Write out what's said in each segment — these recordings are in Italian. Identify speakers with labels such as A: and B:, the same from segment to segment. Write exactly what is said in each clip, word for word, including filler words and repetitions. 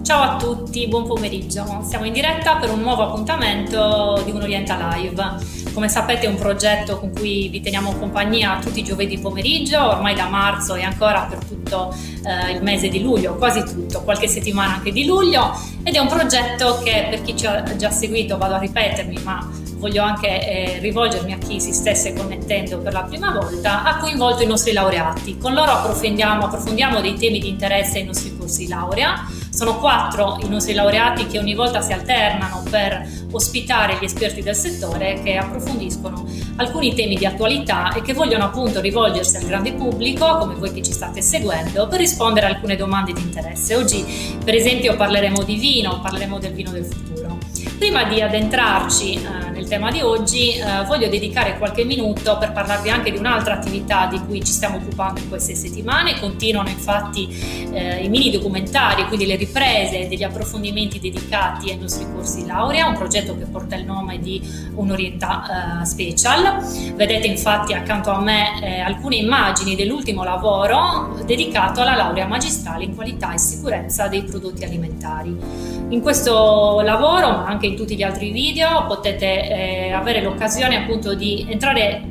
A: Ciao a tutti, buon pomeriggio. Siamo in diretta per un nuovo appuntamento di Un'Orienta Live. Come sapete è un progetto con cui vi teniamo compagnia tutti i giovedì pomeriggio, ormai da marzo e ancora per tutto eh, il mese di luglio, quasi tutto, qualche settimana anche di luglio, ed è un progetto che per chi ci ha già seguito, vado a ripetermi, ma voglio anche eh, rivolgermi a chi si stesse connettendo per la prima volta, ha coinvolto i nostri laureati. Con loro approfondiamo, approfondiamo dei temi di interesse ai nostri corsi di laurea. Sono quattro i nostri laureati che ogni volta si alternano per ospitare gli esperti del settore che approfondiscono alcuni temi di attualità e che vogliono appunto rivolgersi al grande pubblico, come voi che ci state seguendo, per rispondere a alcune domande di interesse. Oggi, per esempio, parleremo di vino, parleremo del vino del futuro. Prima di addentrarci eh, nel tema di oggi, eh, voglio dedicare qualche minuto per parlarvi anche di un'altra attività di cui ci stiamo occupando in queste settimane. Continuano infatti eh, i mini documentari, quindi le riprese degli approfondimenti dedicati ai nostri corsi di laurea, un progetto che porta il nome di Un'Orienta eh, Special. Vedete infatti accanto a me eh, alcune immagini dell'ultimo lavoro dedicato alla laurea magistrale in qualità e sicurezza dei prodotti alimentari. In questo lavoro, ma anche in tutti gli altri video, potete eh, avere l'occasione appunto di entrare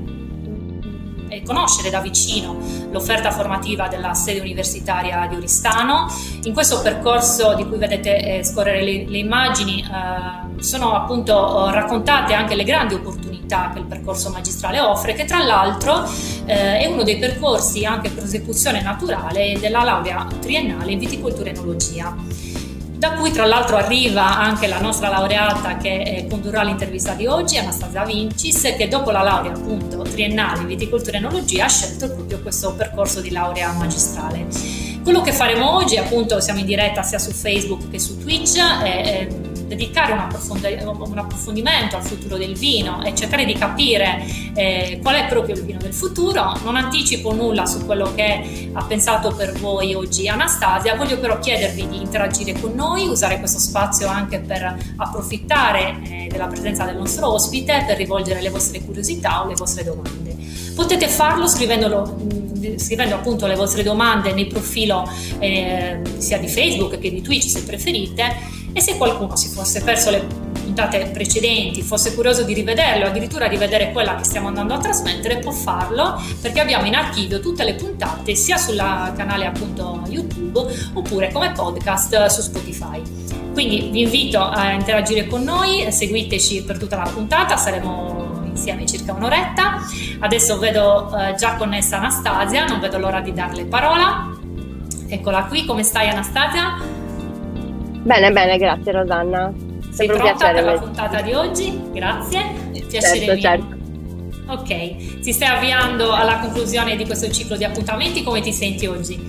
A: e conoscere da vicino l'offerta formativa della sede universitaria di Oristano. In questo percorso di cui vedete eh, scorrere le, le immagini eh, sono appunto raccontate anche le grandi opportunità che il percorso magistrale offre, che tra l'altro eh, è uno dei percorsi anche per esecuzione naturale della laurea triennale in viticoltura e enologia, da cui tra l'altro arriva anche la nostra laureata che eh, condurrà l'intervista di oggi, Anastasia Vincis, che dopo la laurea appunto triennale in viticoltura e enologia ha scelto proprio questo percorso di laurea magistrale. Quello che faremo oggi, appunto siamo in diretta sia su Facebook che su Twitch, è, è dedicare un, approfondi- un approfondimento al futuro del vino e cercare di capire eh, qual è proprio il vino del futuro. Non anticipo nulla su quello che ha pensato per voi oggi Anastasia, voglio però chiedervi di interagire con noi, usare questo spazio anche per approfittare eh, della presenza del nostro ospite per rivolgere le vostre curiosità o le vostre domande. Potete farlo scrivendolo scrivendo appunto le vostre domande nel profilo eh, sia di Facebook che di Twitch se preferite, e se qualcuno si fosse perso le puntate precedenti, fosse curioso di rivederle o addirittura di vedere quella che stiamo andando a trasmettere, può farlo perché abbiamo in archivio tutte le puntate sia sul canale appunto YouTube oppure come podcast su Spotify. Quindi vi invito a interagire con noi, seguiteci per tutta la puntata, saremo insieme circa un'oretta. Adesso vedo eh, già connessa Anastasia, non vedo l'ora di darle parola. Eccola qui, come stai Anastasia?
B: Bene, bene, grazie Rosanna.
A: Sei
B: Sempre
A: pronta
B: un piacere
A: per la puntata di oggi? Grazie, piacere
B: certo,
A: mio.
B: certo.
A: Ok, ti stai avviando alla conclusione di questo ciclo di appuntamenti, come ti senti oggi?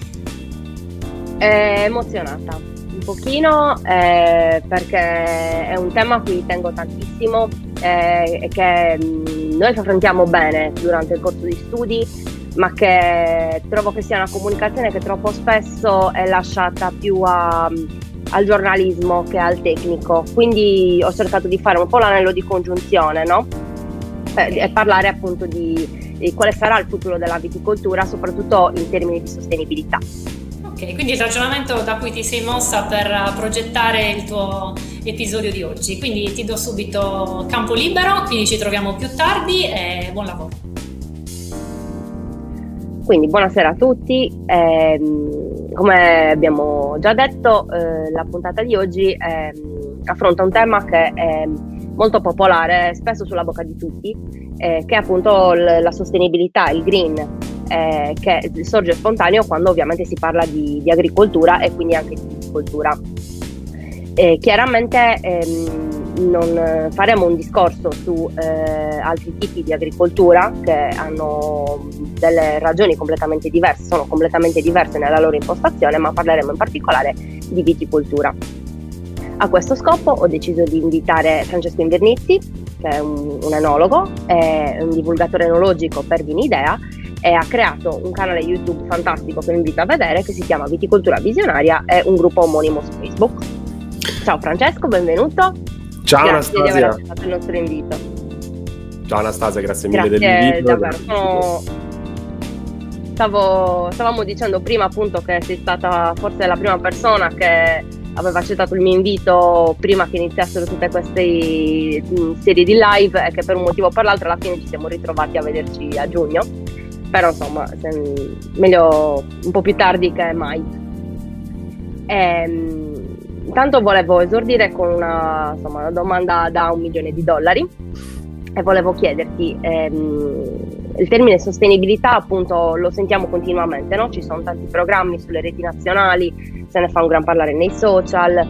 B: Eh, emozionata, un pochino, eh, perché è un tema a cui tengo tantissimo eh, e che mh, noi affrontiamo bene durante il corso di studi, ma che trovo che sia una comunicazione che troppo spesso è lasciata più a, al giornalismo che al tecnico, quindi ho cercato di fare un po' l'anello di congiunzione, no? Eh, e parlare appunto di, di quale sarà il futuro della viticoltura, soprattutto in termini di sostenibilità.
A: Ok, quindi il ragionamento da cui ti sei mossa per progettare il tuo episodio di oggi, quindi ti do subito campo libero, quindi ci troviamo più tardi e buon lavoro.
B: Quindi buonasera a tutti, eh, come abbiamo già detto eh, la puntata di oggi eh, affronta un tema che è molto popolare, spesso sulla bocca di tutti, eh, che è appunto l- la sostenibilità, il green, eh, che sorge spontaneo quando ovviamente si parla di, di agricoltura e quindi anche di viticoltura. Eh, chiaramente ehm, non faremo un discorso su eh, altri tipi di agricoltura che hanno delle ragioni completamente diverse, sono completamente diverse nella loro impostazione, ma parleremo in particolare di viticoltura. A questo scopo ho deciso di invitare Francesco Invernizzi, che è un, un enologo, è un divulgatore enologico per Vinidea e ha creato un canale YouTube fantastico che vi invito a vedere, che si chiama Viticoltura Visionaria, e un gruppo omonimo su Facebook. Ciao Francesco, benvenuto.
C: Ciao
B: grazie
C: Anastasia.
B: di aver accettato il nostro invito.
C: Ciao Anastasia, grazie mille
B: grazie,
C: dell'invito.
B: Davvero, sono... Stavo, stavamo dicendo prima appunto che sei stata forse la prima persona che aveva accettato il mio invito prima che iniziassero tutte queste mh, serie di live e che per un motivo o per l'altro alla fine ci siamo ritrovati a vederci a giugno, però insomma se, meglio un po' più tardi che mai. E, intanto volevo esordire con una, insomma, una domanda da un milione di dollari e volevo chiederti, ehm, il termine sostenibilità appunto lo sentiamo continuamente, no? Ci sono tanti programmi sulle reti nazionali, se ne fa un gran parlare nei social,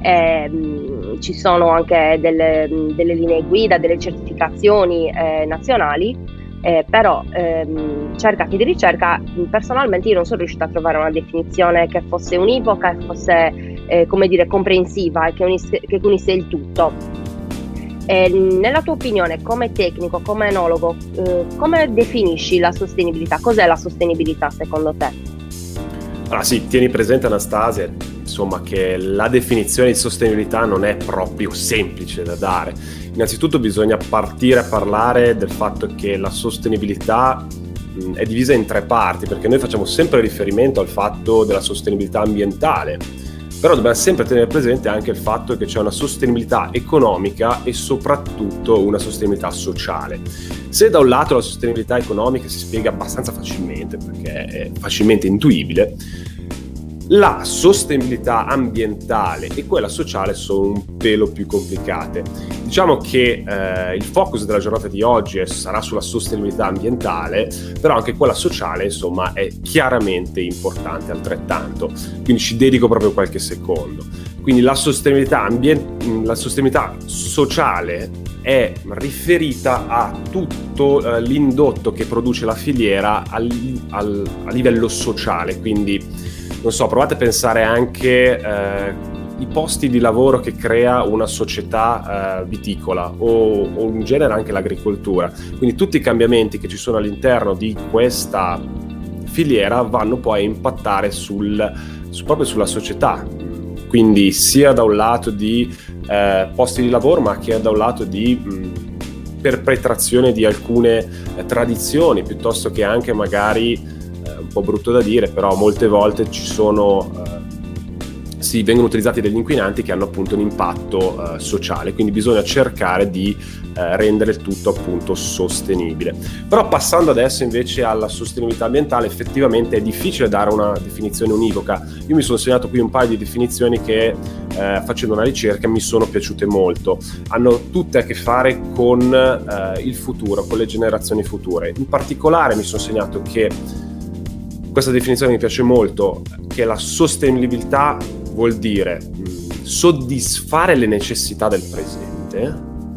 B: ehm, ci sono anche delle, delle linee guida, delle certificazioni eh, nazionali, eh, però ehm, cercati di ricerca, personalmente io non sono riuscita a trovare una definizione che fosse univoca e fosse eh, come dire comprensiva e che unisse, che unisse il tutto. Eh, nella tua opinione, come tecnico, come enologo, eh, come definisci la sostenibilità? Cos'è la sostenibilità secondo te?
C: Allora sì, tieni presente Anastasia, insomma, che la definizione di sostenibilità non è proprio semplice da dare. Innanzitutto bisogna partire a parlare del fatto che la sostenibilità mh, è divisa in tre parti, perché noi facciamo sempre riferimento al fatto della sostenibilità ambientale, però dobbiamo sempre tenere presente anche il fatto che c'è una sostenibilità economica e soprattutto una sostenibilità sociale. Se da un lato la sostenibilità economica si spiega abbastanza facilmente, perché è facilmente intuibile, la sostenibilità ambientale e quella sociale sono un pelo più complicate. Diciamo che eh, il focus della giornata di oggi è, sarà sulla sostenibilità ambientale, però anche quella sociale, insomma, è chiaramente importante altrettanto. Quindi ci dedico proprio qualche secondo. Quindi la sostenibilità, ambient- la sostenibilità sociale è riferita a tutto eh, l'indotto che produce la filiera al, al, a livello sociale, quindi non so, provate a pensare anche eh, i posti di lavoro che crea una società eh, viticola o, o in genere anche l'agricoltura. Quindi tutti i cambiamenti che ci sono all'interno di questa filiera vanno poi a impattare sul, su, proprio sulla società. Quindi sia da un lato di eh, posti di lavoro, ma che da un lato di mh, perpetrazione di alcune eh, tradizioni, piuttosto che anche magari un po' brutto da dire, però molte volte ci sono eh, si vengono utilizzati degli inquinanti che hanno appunto un impatto eh, sociale, quindi bisogna cercare di eh, rendere il tutto appunto sostenibile. Però passando adesso invece alla sostenibilità ambientale, effettivamente è difficile dare una definizione univoca. Io mi sono segnato qui un paio di definizioni che eh, facendo una ricerca mi sono piaciute molto, hanno tutte a che fare con eh, il futuro, con le generazioni future. In particolare mi sono segnato che questa definizione mi piace molto, che la sostenibilità vuol dire mh, soddisfare le necessità del presente,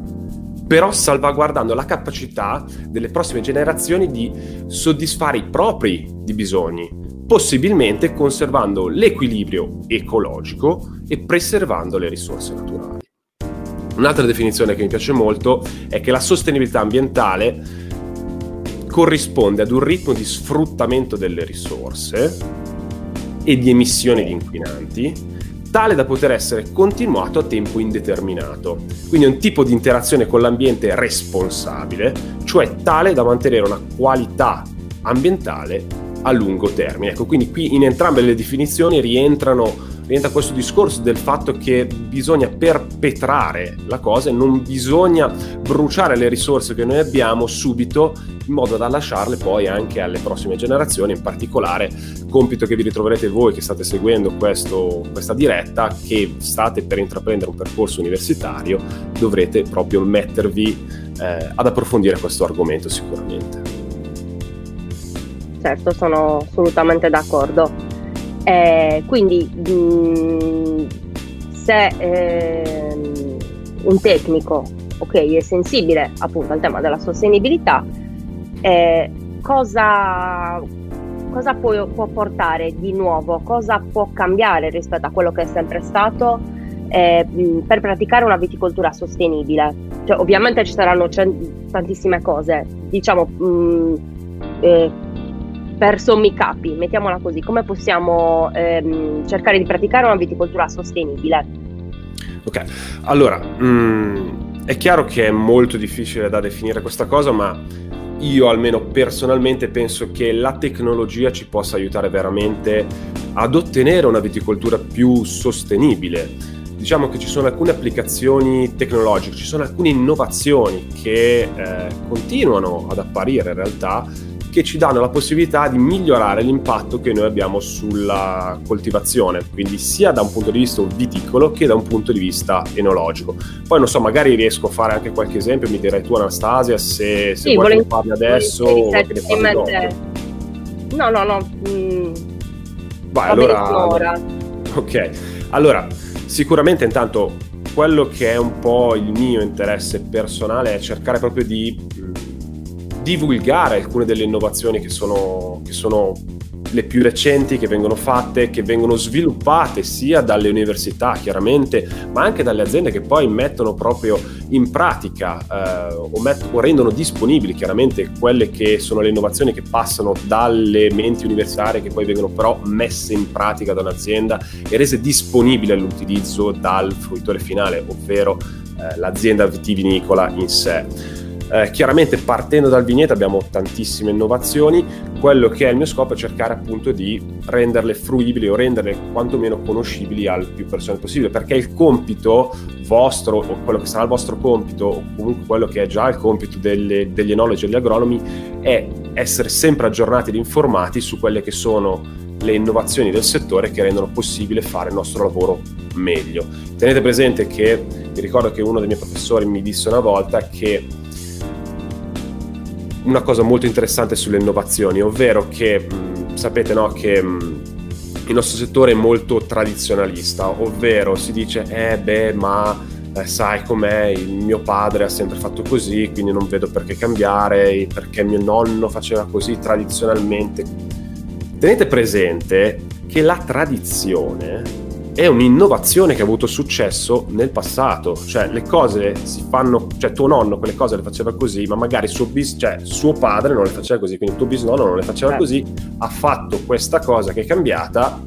C: però salvaguardando la capacità delle prossime generazioni di soddisfare i propri di bisogni, possibilmente conservando l'equilibrio ecologico e preservando le risorse naturali. Un'altra definizione che mi piace molto è che la sostenibilità ambientale corrisponde ad un ritmo di sfruttamento delle risorse e di emissione di inquinanti tale da poter essere continuato a tempo indeterminato. Quindi è un tipo di interazione con l'ambiente responsabile, cioè tale da mantenere una qualità ambientale a lungo termine. Ecco, quindi qui in entrambe le definizioni rientrano rientra questo discorso del fatto che bisogna perpetrare la cosa e non bisogna bruciare le risorse che noi abbiamo subito, in modo da lasciarle poi anche alle prossime generazioni. In particolare, compito che vi ritroverete voi che state seguendo questo, questa diretta, che state per intraprendere un percorso universitario, dovrete proprio mettervi eh, ad approfondire questo argomento sicuramente.
B: Certo, sono assolutamente d'accordo. Eh, quindi mh, se eh, un tecnico okay, è sensibile appunto al tema della sostenibilità, eh, cosa, cosa può, può portare di nuovo, cosa può cambiare rispetto a quello che è sempre stato eh, mh, per praticare una viticoltura sostenibile? Cioè, ovviamente ci saranno c- tantissime cose, diciamo mh, eh, per sommi capi, mettiamola così, come possiamo ehm, cercare di praticare una viticoltura sostenibile?
C: Ok, allora, mh, è chiaro che è molto difficile da definire questa cosa, ma io almeno personalmente penso che la tecnologia ci possa aiutare veramente ad ottenere una viticoltura più sostenibile. Diciamo che ci sono alcune applicazioni tecnologiche, ci sono alcune innovazioni che eh, continuano ad apparire in realtà, che ci danno la possibilità di migliorare l'impatto che noi abbiamo sulla coltivazione, quindi sia da un punto di vista viticolo che da un punto di vista enologico. Poi non so, magari riesco a fare anche qualche esempio, mi dirai tu Anastasia se, se
B: sì,
C: vuoi
B: volen-
C: che ne parli adesso o che ne parli dopo.
B: No, no, no. Mm,
C: Vai, allora... Ok, allora sicuramente intanto quello che è un po' il mio interesse personale è cercare proprio di divulgare alcune delle innovazioni che sono, che sono le più recenti, che vengono fatte, che vengono sviluppate sia dalle università chiaramente, ma anche dalle aziende che poi mettono proprio in pratica eh, o, met- o rendono disponibili chiaramente quelle che sono le innovazioni che passano dalle menti universitarie, che poi vengono però messe in pratica da un'azienda e rese disponibili all'utilizzo dal fruitore finale, ovvero eh, l'azienda vitivinicola in sé. Eh, chiaramente partendo dal vigneto abbiamo tantissime innovazioni. Quello che è il mio scopo è cercare appunto di renderle fruibili o renderle quantomeno conoscibili al più persone possibile, perché il compito vostro o quello che sarà il vostro compito o comunque quello che è già il compito delle, degli enologi e degli agronomi è essere sempre aggiornati ed informati su quelle che sono le innovazioni del settore che rendono possibile fare il nostro lavoro meglio. Tenete presente che mi ricordo che uno dei miei professori mi disse una volta che una cosa molto interessante sulle innovazioni, ovvero che mh, sapete no, che mh, il nostro settore è molto tradizionalista, ovvero si dice eh beh ma eh, sai com'è, il mio padre ha sempre fatto così, quindi non vedo perché cambiare, perché mio nonno faceva così tradizionalmente. Tenete presente che la tradizione è un'innovazione che ha avuto successo nel passato, cioè le cose si fanno, cioè tuo nonno quelle cose le faceva così, ma magari suo, bis, cioè, suo padre non le faceva così, quindi tuo bisnonno non le faceva così, ha fatto questa cosa che è cambiata,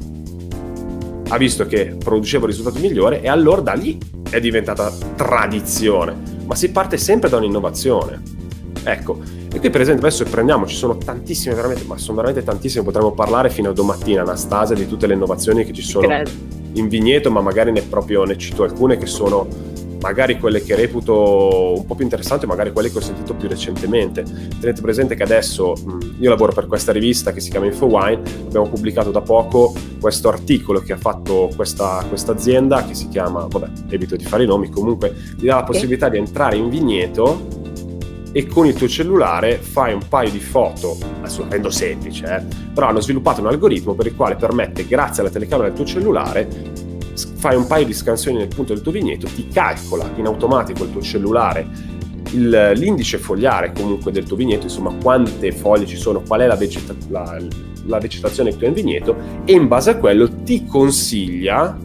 C: ha visto che produceva un risultato migliore e allora da lì è diventata tradizione, ma si parte sempre da un'innovazione. Ecco, e qui per esempio adesso prendiamo, ci sono tantissime veramente, ma sono veramente tantissime, potremmo parlare fino a domattina Anastasia di tutte le innovazioni che ci sono in vigneto, ma magari ne proprio ne cito alcune che sono magari quelle che reputo un po' più interessanti, magari quelle che ho sentito più recentemente. Tenete presente che adesso mh, io lavoro per questa rivista che si chiama InfoWine, abbiamo pubblicato da poco questo articolo che ha fatto questa questa azienda che si chiama, vabbè, evito di fare i nomi, comunque ti dà la possibilità di entrare in vigneto e con il tuo cellulare fai un paio di foto, adesso lo rendo semplice, eh, però hanno sviluppato un algoritmo per il quale permette, grazie alla telecamera del tuo cellulare, fai un paio di scansioni nel punto del tuo vigneto, ti calcola in automatico il tuo cellulare il, l'indice fogliare comunque del tuo vigneto, insomma quante foglie ci sono, qual è la, vegeta- la, la vegetazione che tu hai in vigneto, e in base a quello ti consiglia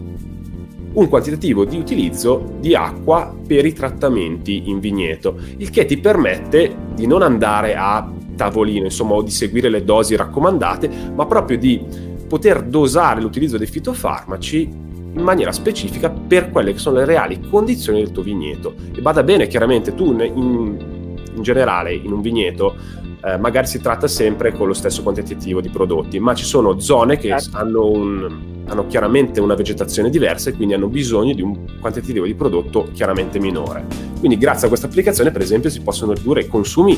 C: un quantitativo di utilizzo di acqua per i trattamenti in vigneto, il che ti permette di non andare a tavolino, insomma, o di seguire le dosi raccomandate, ma proprio di poter dosare l'utilizzo dei fitofarmaci in maniera specifica per quelle che sono le reali condizioni del tuo vigneto. E bada bene, chiaramente tu in, in generale in un vigneto eh, magari si tratta sempre con lo stesso quantitativo di prodotti, ma ci sono zone che certo. hanno un hanno chiaramente una vegetazione diversa e quindi hanno bisogno di un quantitativo di prodotto chiaramente minore. Quindi grazie a questa applicazione per esempio si possono ridurre i consumi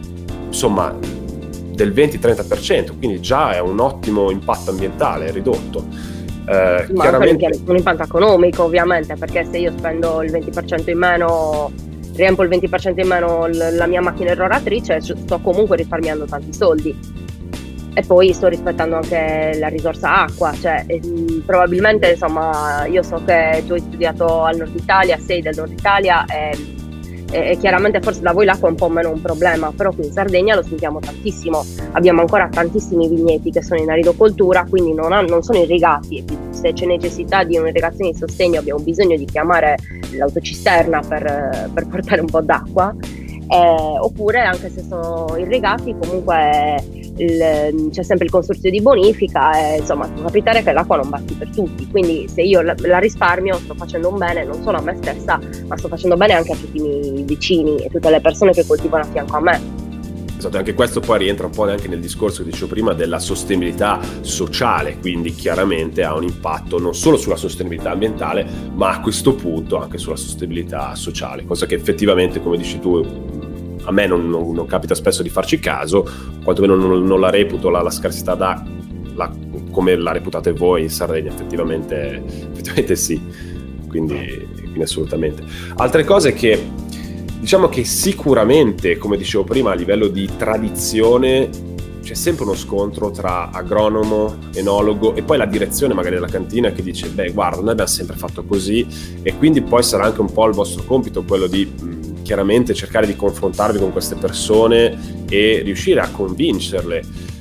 C: insomma del venti-trenta per cento, quindi già è un ottimo impatto ambientale ridotto. Eh,
B: ma chiaramente anche un impatto economico ovviamente, perché se io spendo il venti per cento in meno, riempio il venti per cento in meno la mia macchina irroratrice, sto comunque risparmiando tanti soldi. E poi sto rispettando anche la risorsa acqua, cioè ehm, probabilmente insomma io so che tu hai studiato al nord Italia, sei del nord Italia e, e, e chiaramente forse da voi l'acqua è un po' meno un problema, però qui in Sardegna lo sentiamo tantissimo, abbiamo ancora tantissimi vigneti che sono in aridocoltura, quindi non, ha, non sono irrigati, e se c'è necessità di un'irrigazione di sostegno abbiamo bisogno di chiamare l'autocisterna per, per portare un po' d'acqua. Eh, oppure anche se sono irrigati comunque il, c'è sempre il consorzio di bonifica e insomma può capitare che l'acqua non basti per tutti, quindi se io la, la risparmio sto facendo un bene non solo a me stessa ma sto facendo bene anche a tutti i miei vicini e tutte le persone che coltivano a fianco a me.
C: Esatto, anche questo poi rientra un po' anche nel discorso che dicevo prima della sostenibilità sociale, quindi chiaramente ha un impatto non solo sulla sostenibilità ambientale, ma a questo punto anche sulla sostenibilità sociale, cosa che effettivamente, come dici tu, a me non, non, non capita spesso di farci caso, quantomeno non, non la reputo la, la scarsità d'acqua la, come la reputate voi in Sardegna. Effettivamente, effettivamente sì, quindi, quindi assolutamente. Altre cose che diciamo che sicuramente, come dicevo prima, a livello di tradizione c'è sempre uno scontro tra agronomo, enologo e poi la direzione magari della cantina che dice beh guarda, noi abbiamo sempre fatto così, e quindi poi sarà anche un po' il vostro compito quello di mh, chiaramente cercare di confrontarvi con queste persone e riuscire a convincerle,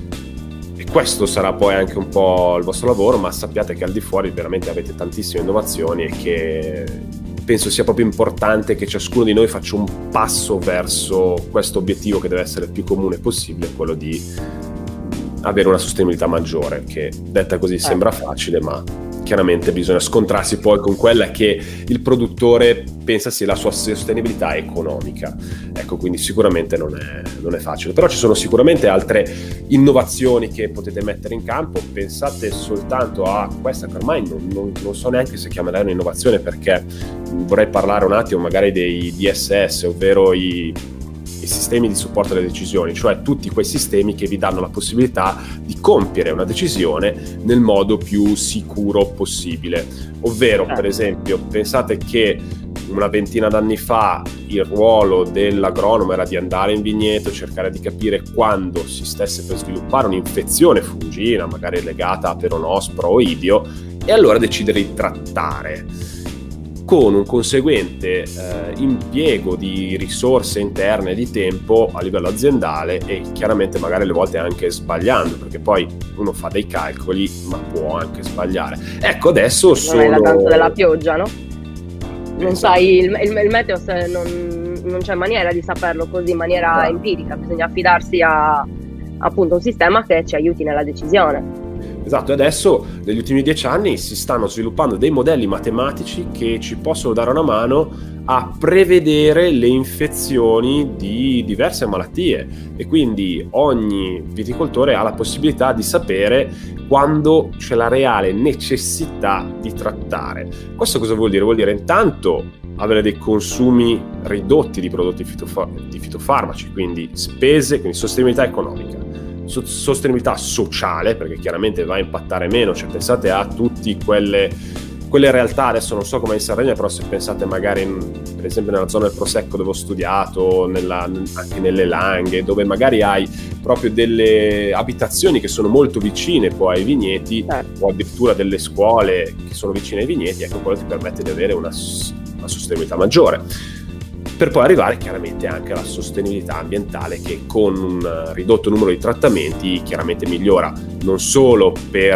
C: e questo sarà poi anche un po' il vostro lavoro, ma sappiate che al di fuori veramente avete tantissime innovazioni e che penso sia proprio importante che ciascuno di noi faccia un passo verso questo obiettivo che deve essere il più comune possibile, quello di avere una sostenibilità maggiore, che detta così sembra facile, ma chiaramente bisogna scontrarsi poi con quella che il produttore pensa sia la sua sostenibilità economica. Ecco, quindi sicuramente non è, non è facile, però ci sono sicuramente altre innovazioni che potete mettere in campo. Pensate soltanto a questa che ormai non, non, non so neanche se chiamerà un'innovazione, perché vorrei parlare un attimo magari dei D S S, ovvero i i sistemi di supporto alle decisioni, cioè tutti quei sistemi che vi danno la possibilità di compiere una decisione nel modo più sicuro possibile. Ovvero, per esempio, pensate che una ventina d'anni fa il ruolo dell'agronomo era di andare in vigneto, cercare di capire quando si stesse per sviluppare un'infezione fungina, magari legata a peronospora o idio, e allora decidere di trattare, con un conseguente eh, impiego di risorse interne, di tempo a livello aziendale, e chiaramente magari alle volte anche sbagliando, perché poi uno fa dei calcoli ma può anche sbagliare. Ecco, adesso sono...
B: Non è la danza della pioggia, no? Non
C: esatto.
B: sai, il, il, il meteo se non, non c'è maniera di saperlo così in maniera no. empirica, bisogna affidarsi a appunto un sistema che ci aiuti nella decisione.
C: Esatto, e adesso negli ultimi dieci anni si stanno sviluppando dei modelli matematici che ci possono dare una mano a prevedere le infezioni di diverse malattie, e quindi ogni viticoltore ha la possibilità di sapere quando c'è la reale necessità di trattare. Questo cosa vuol dire? Vuol dire intanto avere dei consumi ridotti di prodotti fitofar- di fitofarmaci, quindi spese, quindi sostenibilità economica, sostenibilità sociale, perché chiaramente va a impattare meno, cioè pensate a tutte quelle, quelle realtà, adesso non so come in Sardegna, però se pensate magari in, per esempio nella zona del Prosecco dove ho studiato, nella, anche nelle Langhe, dove magari hai proprio delle abitazioni che sono molto vicine poi ai vigneti, o addirittura delle scuole che sono vicine ai vigneti, ecco, quello ti permette di avere una, una sostenibilità maggiore, per poi arrivare chiaramente anche alla sostenibilità ambientale, che con un ridotto numero di trattamenti chiaramente migliora non solo per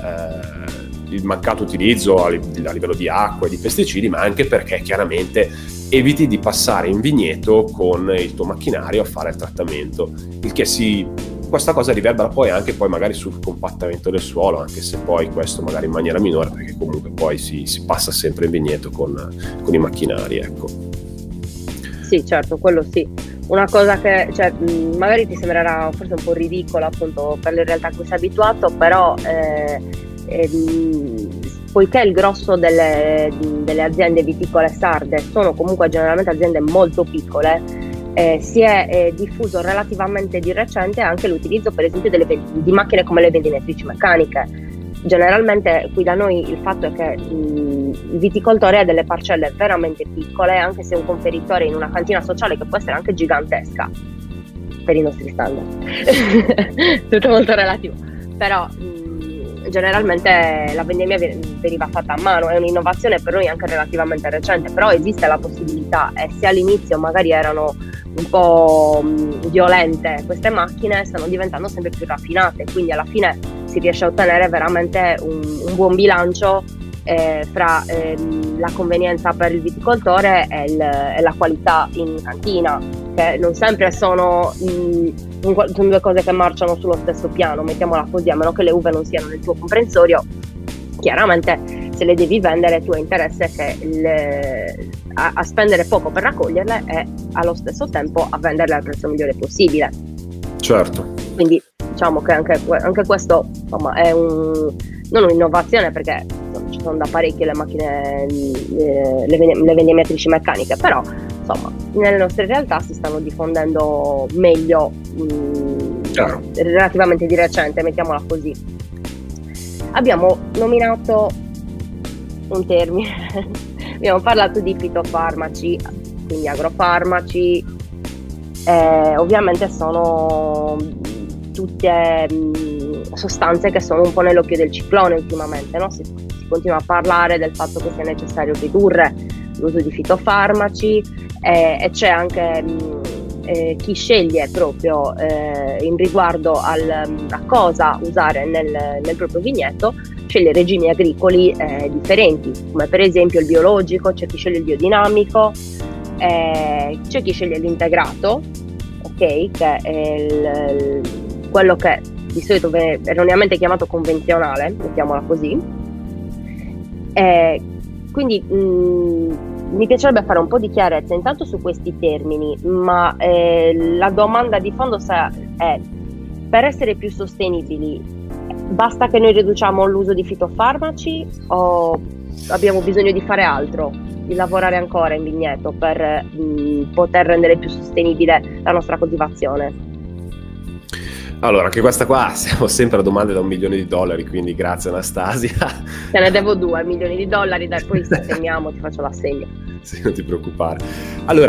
C: eh, il mancato utilizzo a, a livello di acqua e di pesticidi, ma anche perché chiaramente eviti di passare in vigneto con il tuo macchinario a fare il trattamento, il che si questa cosa riverbera poi anche poi magari sul compattamento del suolo, anche se poi questo magari in maniera minore, perché comunque poi si, si passa sempre in vigneto con, con i macchinari, ecco.
B: Sì, certo, quello sì. Una cosa che cioè, magari ti sembrerà forse un po' ridicola appunto per le realtà a cui sei abituato, però eh, eh, poiché il grosso delle, delle aziende viticole sarde sono comunque generalmente aziende molto piccole, eh, si è eh, diffuso relativamente di recente anche l'utilizzo per esempio delle, di macchine come le vendinatrici meccaniche. Generalmente qui da noi il fatto è che mh, il viticoltore ha delle parcelle veramente piccole, anche se un conferitore in una cantina sociale che può essere anche gigantesca per i nostri standard, tutto molto relativo, però mh, generalmente la vendemmia veniva fatta a mano, è un'innovazione per noi anche relativamente recente, però esiste la possibilità, e se all'inizio magari erano un po' mh, violente queste macchine, stanno diventando sempre più raffinate, quindi alla fine si riesce a ottenere veramente un, un buon bilancio eh, fra eh, la convenienza per il viticoltore e, il, e la qualità in cantina, che non sempre sono, mh, sono due cose che marciano sullo stesso piano, mettiamola così, a meno che le uve non siano nel tuo comprensorio. Chiaramente se le devi vendere tu hai interesse che il, a, a spendere poco per raccoglierle e allo stesso tempo a venderle al prezzo migliore possibile.
C: Certo.
B: Quindi diciamo che anche, anche questo insomma è un, non un'innovazione, perché insomma, ci sono da parecchio le macchine, eh, le, le vendemmiatrici meccaniche, però insomma nelle nostre realtà si stanno diffondendo meglio, mh, relativamente di recente, mettiamola così. Abbiamo nominato un termine, abbiamo parlato di fitofarmaci, quindi agrofarmaci, eh, ovviamente sono tutte mh, sostanze che sono un po' nell'occhio del ciclone ultimamente, no? Si, si continua a parlare del fatto che sia necessario ridurre l'uso di fitofarmaci, eh, e c'è anche mh, eh, chi sceglie proprio eh, in riguardo al, a cosa usare nel, nel proprio vigneto, sceglie regimi agricoli eh, differenti, come per esempio il biologico, c'è chi sceglie il biodinamico, eh, c'è chi sceglie l'integrato, ok, che è il, il quello che di solito viene erroneamente chiamato convenzionale, mettiamola così. Eh, quindi mh, mi piacerebbe fare un po' di chiarezza intanto su questi termini, ma eh, la domanda di fondo è: per essere più sostenibili basta che noi riduciamo l'uso di fitofarmaci o abbiamo bisogno di fare altro, di lavorare ancora in vigneto per mh, poter rendere più sostenibile la nostra coltivazione?
C: Allora, anche questa qua siamo sempre a domande da un milione di dollari, quindi grazie Anastasia.
B: Te ne devo due milioni di dollari, dai, poi se teniamo ti faccio l'assegno.
C: Sì, non ti preoccupare. Allora,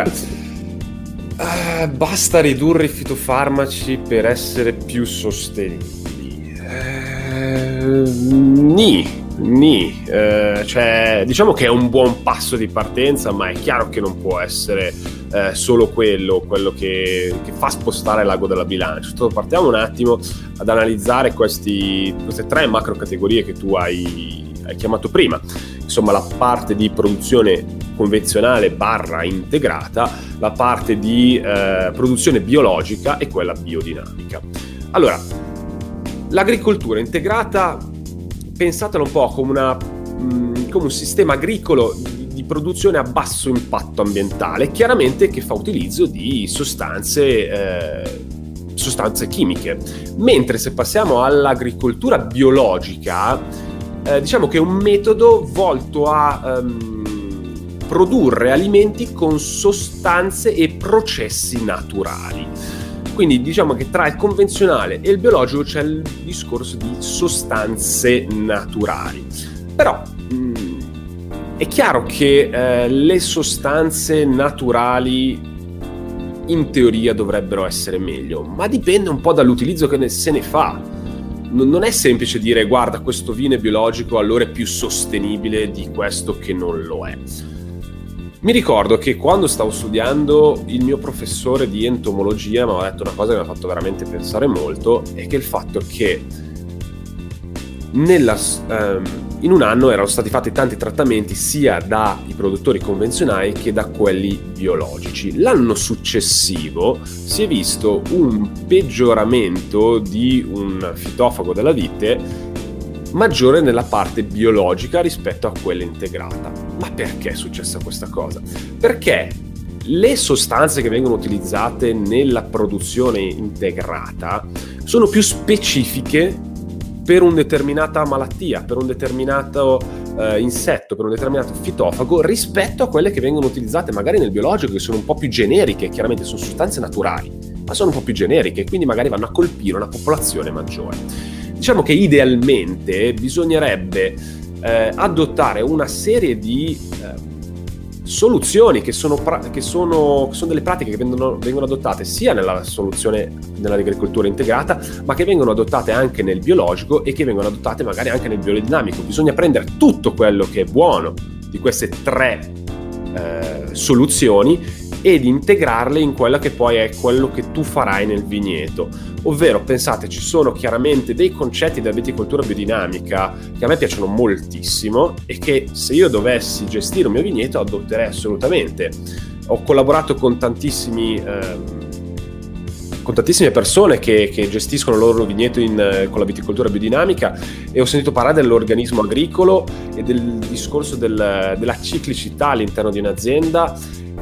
C: uh, basta ridurre i fitofarmaci per essere più sostenibili? Uh, nì. Nì, eh, cioè, diciamo che è un buon passo di partenza, ma è chiaro che non può essere eh, solo quello, quello che, che fa spostare l'ago della bilancia. Partiamo un attimo ad analizzare questi, queste tre macro categorie che tu hai, hai chiamato prima. Insomma, la parte di produzione convenzionale barra integrata, la parte di eh, produzione biologica e quella biodinamica. Allora, l'agricoltura integrata, pensatelo un po' come, una, mh, come un sistema agricolo di, di produzione a basso impatto ambientale, chiaramente che fa utilizzo di sostanze, eh, sostanze chimiche. Mentre se passiamo all'agricoltura biologica, eh, diciamo che è un metodo volto a um, produrre alimenti con sostanze e processi naturali. Quindi diciamo che tra il convenzionale e il biologico c'è il discorso di sostanze naturali. Però mh, è chiaro che eh, le sostanze naturali in teoria dovrebbero essere meglio, ma dipende un po' dall'utilizzo che ne, se ne fa. N- non è semplice dire guarda, questo vino è biologico, allora è più sostenibile di questo che non lo è. Mi ricordo che quando stavo studiando, il mio professore di entomologia mi aveva detto una cosa che mi ha fatto veramente pensare molto, è che il fatto che nella, um, in un anno erano stati fatti tanti trattamenti sia dai produttori convenzionali che da quelli biologici. L'anno successivo si è visto un peggioramento di un fitofago della vite maggiore nella parte biologica rispetto a quella integrata. Ma perché è successa questa cosa? Perché le sostanze che vengono utilizzate nella produzione integrata sono più specifiche per una determinata malattia, per un determinato eh, insetto, per un determinato fitofago, rispetto a quelle che vengono utilizzate magari nel biologico, che sono un po' più generiche. Chiaramente sono sostanze naturali, ma sono un po' più generiche, quindi magari vanno a colpire una popolazione maggiore. Diciamo che idealmente bisognerebbe eh, adottare una serie di eh, soluzioni che sono, pra- che, sono, che sono delle pratiche che vengono, vengono adottate sia nella soluzione nell'agricoltura integrata, ma che vengono adottate anche nel biologico e che vengono adottate magari anche nel biodinamico. Bisogna prendere tutto quello che è buono di queste tre eh, soluzioni ed integrarle in quello che poi è quello che tu farai nel vigneto. Ovvero, pensate, ci sono chiaramente dei concetti della viticoltura biodinamica che a me piacciono moltissimo e che se io dovessi gestire un mio vigneto adotterei assolutamente. Ho collaborato con tantissimi ehm, con tantissime persone che, che gestiscono il loro vigneto in, con la viticoltura biodinamica, e ho sentito parlare dell'organismo agricolo e del discorso del, della ciclicità all'interno di un'azienda.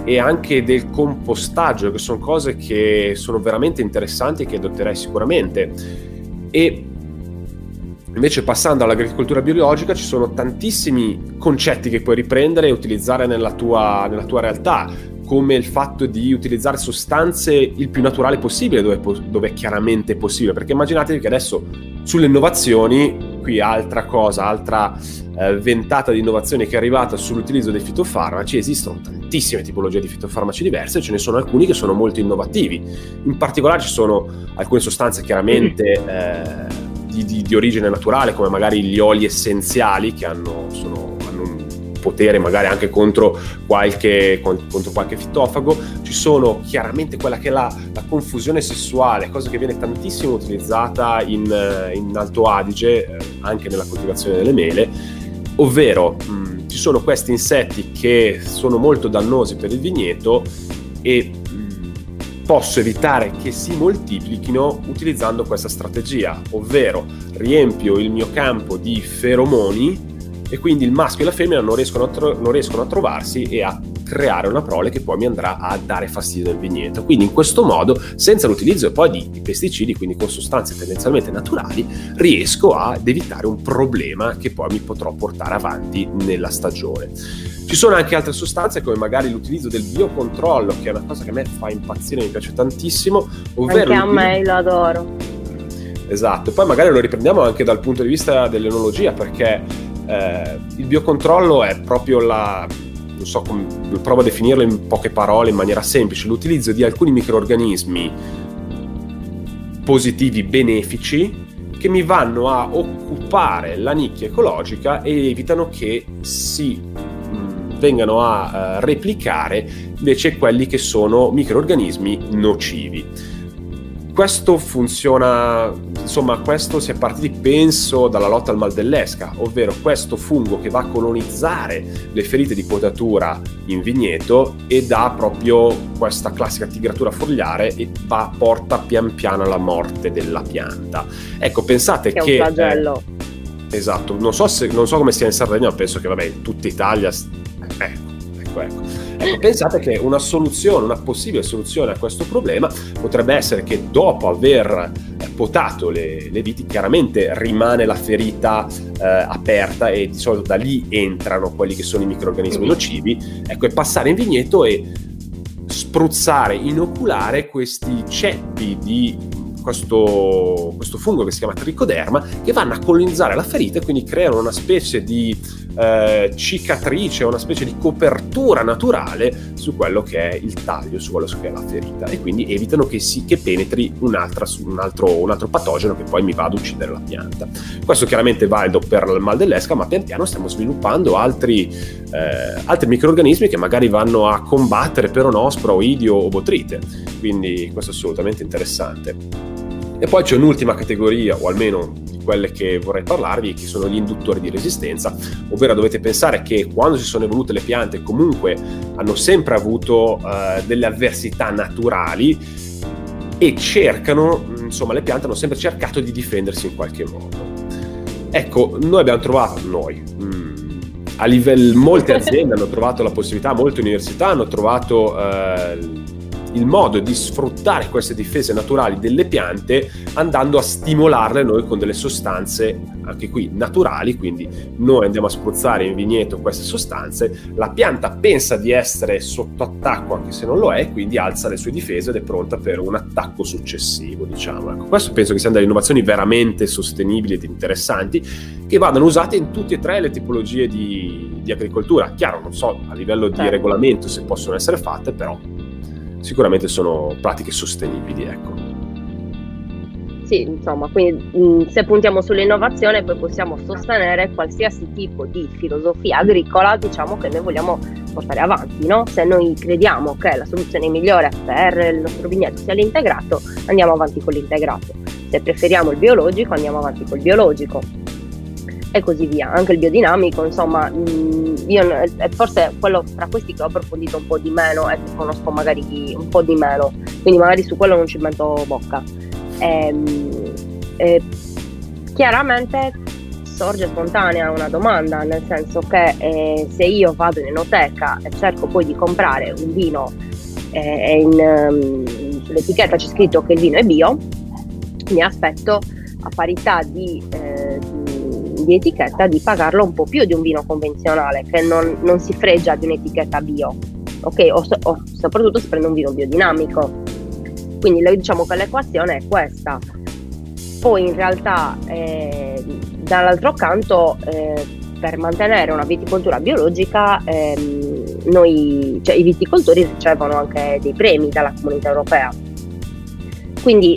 C: e anche del compostaggio, che sono cose che sono veramente interessanti e che adotterei sicuramente. E invece, passando all'agricoltura biologica, ci sono tantissimi concetti che puoi riprendere e utilizzare nella tua, nella tua realtà, come il fatto di utilizzare sostanze il più naturale possibile, dove, dove è chiaramente possibile, perché immaginatevi che adesso sulle innovazioni, qui altra cosa, altra eh, ventata di innovazione che è arrivata sull'utilizzo dei fitofarmaci. Esistono tantissime tipologie di fitofarmaci diverse, ce ne sono alcuni che sono molto innovativi. In particolare ci sono alcune sostanze chiaramente eh, Di, di, di origine naturale, come magari gli oli essenziali, che hanno, sono, hanno un potere magari anche contro qualche, contro qualche fitofago. Ci sono chiaramente quella che è la, la confusione sessuale, cosa che viene tantissimo utilizzata in, in Alto Adige, eh, anche nella coltivazione delle mele, ovvero mh, ci sono questi insetti che sono molto dannosi per il vigneto e posso evitare che si moltiplichino utilizzando questa strategia, ovvero riempio il mio campo di feromoni e quindi il maschio e la femmina non riescono a, tro- non riescono a trovarsi e a creare una prole che poi mi andrà a dare fastidio nel vigneto. Quindi in questo modo, senza l'utilizzo poi di, di pesticidi, quindi con sostanze tendenzialmente naturali, riesco ad evitare un problema che poi mi potrò portare avanti nella stagione. Ci sono anche altre sostanze, come magari l'utilizzo del biocontrollo, che è una cosa che a me fa impazzire, mi piace tantissimo, ovvero
B: anche a me, lo adoro.
C: Esatto, poi magari lo riprendiamo anche dal punto di vista dell'enologia, perché eh, il biocontrollo è proprio la, non so come, provo a definirlo in poche parole, in maniera semplice, l'utilizzo di alcuni microrganismi positivi, benefici, che mi vanno a occupare la nicchia ecologica e evitano che si vengano a uh, replicare invece quelli che sono microrganismi nocivi. Questo funziona, insomma, questo si è partiti, penso, dalla lotta al mal dell'esca, ovvero questo fungo che va a colonizzare le ferite di potatura in vigneto e dà proprio questa classica tigratura fogliare e va, porta pian piano alla morte della pianta. Ecco, pensate che...
B: È un flagello.
C: Eh, esatto, non so, se, non so come sia in Sardegna, ma penso che, vabbè, in tutta Italia... Ecco, ecco, ecco. Ecco, pensate che una soluzione, una possibile soluzione a questo problema potrebbe essere che dopo aver potato le, le viti, chiaramente rimane la ferita eh, aperta e di solito da lì entrano quelli che sono i microrganismi nocivi, ecco, e passare in vigneto e spruzzare, inoculare questi ceppi di questo, questo fungo che si chiama tricoderma, che vanno a colonizzare la ferita e quindi creano una specie di eh, cicatrice, una specie di copertura naturale su quello che è il taglio, su quello che è la ferita, e quindi evitano che, si, che penetri un'altra, un, altro, un altro patogeno che poi mi va ad uccidere la pianta. Questo chiaramente è valido per il mal dell'esca, ma pian piano stiamo sviluppando altri, eh, altri microrganismi che magari vanno a combattere peronospora, oidio o botrite, quindi questo è assolutamente interessante. E poi c'è un'ultima categoria, o almeno di quelle che vorrei parlarvi, che sono gli induttori di resistenza, ovvero dovete pensare che quando si sono evolute le piante comunque hanno sempre avuto uh, delle avversità naturali e cercano, insomma le piante hanno sempre cercato di difendersi in qualche modo. Ecco, noi abbiamo trovato, noi, mh, a livello, molte aziende hanno trovato la possibilità, molte università hanno trovato uh, il modo di sfruttare queste difese naturali delle piante andando a stimolarle noi con delle sostanze anche qui naturali, quindi noi andiamo a spruzzare in vigneto queste sostanze, la pianta pensa di essere sotto attacco anche se non lo è, quindi alza le sue difese ed è pronta per un attacco successivo, diciamo. Ecco, questo penso che siano delle innovazioni veramente sostenibili ed interessanti che vadano usate in tutte e tre le tipologie di, di agricoltura. Chiaro, non so a livello di regolamento se possono essere fatte, però sicuramente sono pratiche sostenibili, ecco.
B: Sì, insomma, quindi mh, se puntiamo sull'innovazione poi possiamo sostenere qualsiasi tipo di filosofia agricola, diciamo, che noi vogliamo portare avanti, no? Se noi crediamo che la soluzione migliore per il nostro vigneto sia l'integrato, andiamo avanti con l'integrato. Se preferiamo il biologico, andiamo avanti col biologico. E così via, anche il biodinamico, insomma, mh, io è forse quello tra questi che ho approfondito un po' di meno e che conosco magari un po' di meno, quindi magari su quello non ci metto bocca. E, e, chiaramente sorge spontanea una domanda, nel senso che eh, se io vado in enoteca e cerco poi di comprare un vino e eh, in, um, sull'etichetta c'è scritto che il vino è bio, mi aspetto a parità di, eh, di, di etichetta di pagarlo un po' più di un vino convenzionale che non, non si fregia di un'etichetta bio, ok? O, so, o soprattutto si prende un vino biodinamico. Quindi diciamo che l'equazione è questa. Poi in realtà eh, dall'altro canto eh, per mantenere una viticoltura biologica ehm, noi, cioè, i viticoltori ricevono anche dei premi dalla Comunità Europea. Quindi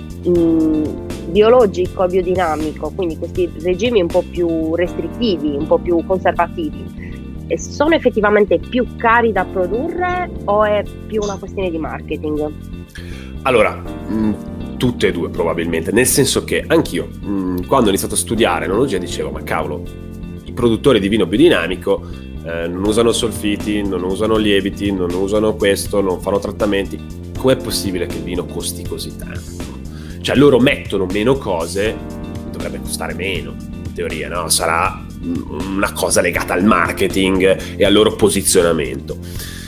B: mh, biologico, biodinamico, quindi questi regimi un po' più restrittivi, un po' più conservativi, e sono effettivamente più cari da produrre o è più una questione di marketing?
C: Allora, mh, tutte e due probabilmente, nel senso che anch'io mh, quando ho iniziato a studiare enologia dicevo, ma cavolo, i produttori di vino biodinamico eh, non usano solfiti, non usano lieviti, non usano questo, non fanno trattamenti, com'è possibile che il vino costi così tanto? Cioè loro mettono meno cose, dovrebbe costare meno, in teoria, no? Sarà una cosa legata al marketing e al loro posizionamento.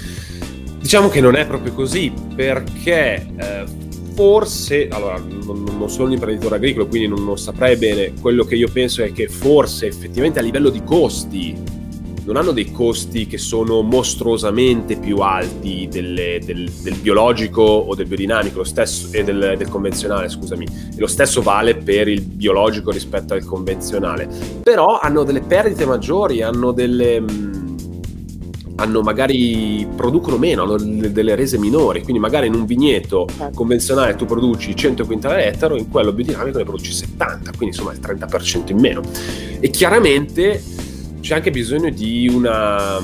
C: Diciamo che non è proprio così, perché eh, forse, allora non, non sono un imprenditore agricolo, quindi non, non saprei bene. Quello che io penso è che forse effettivamente a livello di costi non hanno dei costi che sono mostruosamente più alti delle, del, del biologico o del biodinamico, lo stesso, e del, del convenzionale, scusami, e lo stesso vale per il biologico rispetto al convenzionale, però hanno delle perdite maggiori, hanno delle mh, hanno magari producono meno, hanno delle rese minori, quindi magari in un vigneto convenzionale tu produci cento quintali all'ettaro, in quello biodinamico ne produci settanta, quindi insomma il trenta per cento in meno. E chiaramente c'è anche bisogno di una,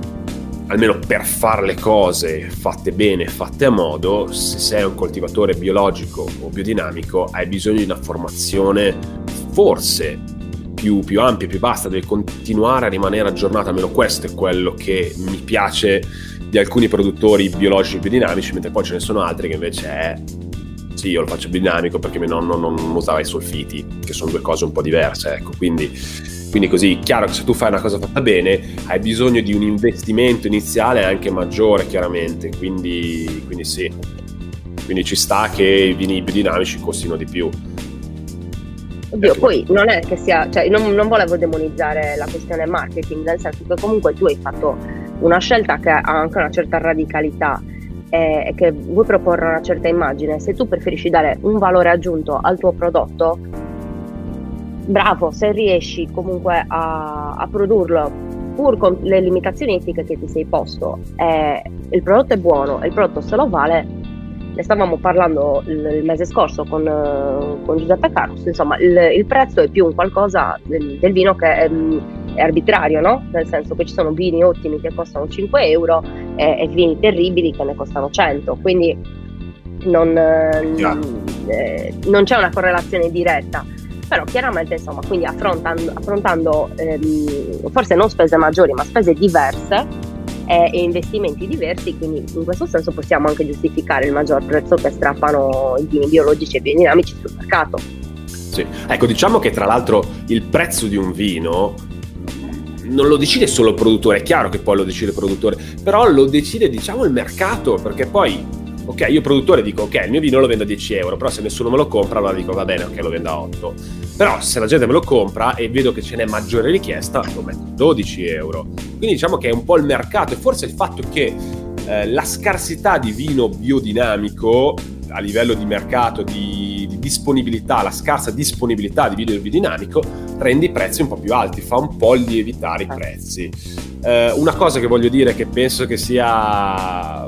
C: almeno per fare le cose fatte bene, fatte a modo, se sei un coltivatore biologico o biodinamico hai bisogno di una formazione forse più, più ampia, più vasta, devi continuare a rimanere aggiornato, almeno questo è quello che mi piace di alcuni produttori biologici biodinamici, mentre poi ce ne sono altri che invece è sì, io lo faccio biodinamico perché mio nonno non usava i solfiti, che sono due cose un po' diverse, ecco, quindi Quindi così, chiaro che se tu fai una cosa fatta bene hai bisogno di un investimento iniziale anche maggiore, chiaramente, quindi, quindi sì, quindi ci sta che i vini biodinamici costino di più.
B: Oddio, poi non è che sia, cioè non, non volevo demonizzare la questione marketing, nel senso che comunque tu hai fatto una scelta che ha anche una certa radicalità e, e che vuoi proporre una certa immagine. Se tu preferisci dare un valore aggiunto al tuo prodotto, bravo, se riesci comunque a, a produrlo pur con le limitazioni etiche che ti sei posto e il prodotto è buono e il prodotto se lo vale. Ne stavamo parlando il, il mese scorso con, con Giuseppe Carus, insomma il, il prezzo è più un qualcosa del, del vino che è, è arbitrario, no? Nel senso che ci sono vini ottimi che costano cinque euro e, e vini terribili che ne costano cento, quindi non, yeah. eh, non c'è una correlazione diretta. Però chiaramente insomma quindi affrontando, affrontando ehm, forse non spese maggiori ma spese diverse eh, e investimenti diversi, quindi in questo senso possiamo anche giustificare il maggior prezzo che strappano i vini biologici e biodinamici sul mercato.
C: Sì, ecco, diciamo che tra l'altro il prezzo di un vino non lo decide solo il produttore, è chiaro che poi lo decide il produttore, però lo decide diciamo il mercato, perché poi ok, io produttore dico ok, il mio vino lo vendo a dieci euro, però se nessuno me lo compra allora dico va bene, ok, lo vendo a otto. Però se la gente me lo compra e vedo che ce n'è maggiore richiesta, lo metto a dodici euro. Quindi diciamo che è un po' il mercato, e forse il fatto che eh, la scarsità di vino biodinamico a livello di mercato, di, di disponibilità, la scarsa disponibilità di vino biodinamico rende i prezzi un po' più alti, fa un po' lievitare i prezzi. Eh, una cosa che voglio dire che penso che sia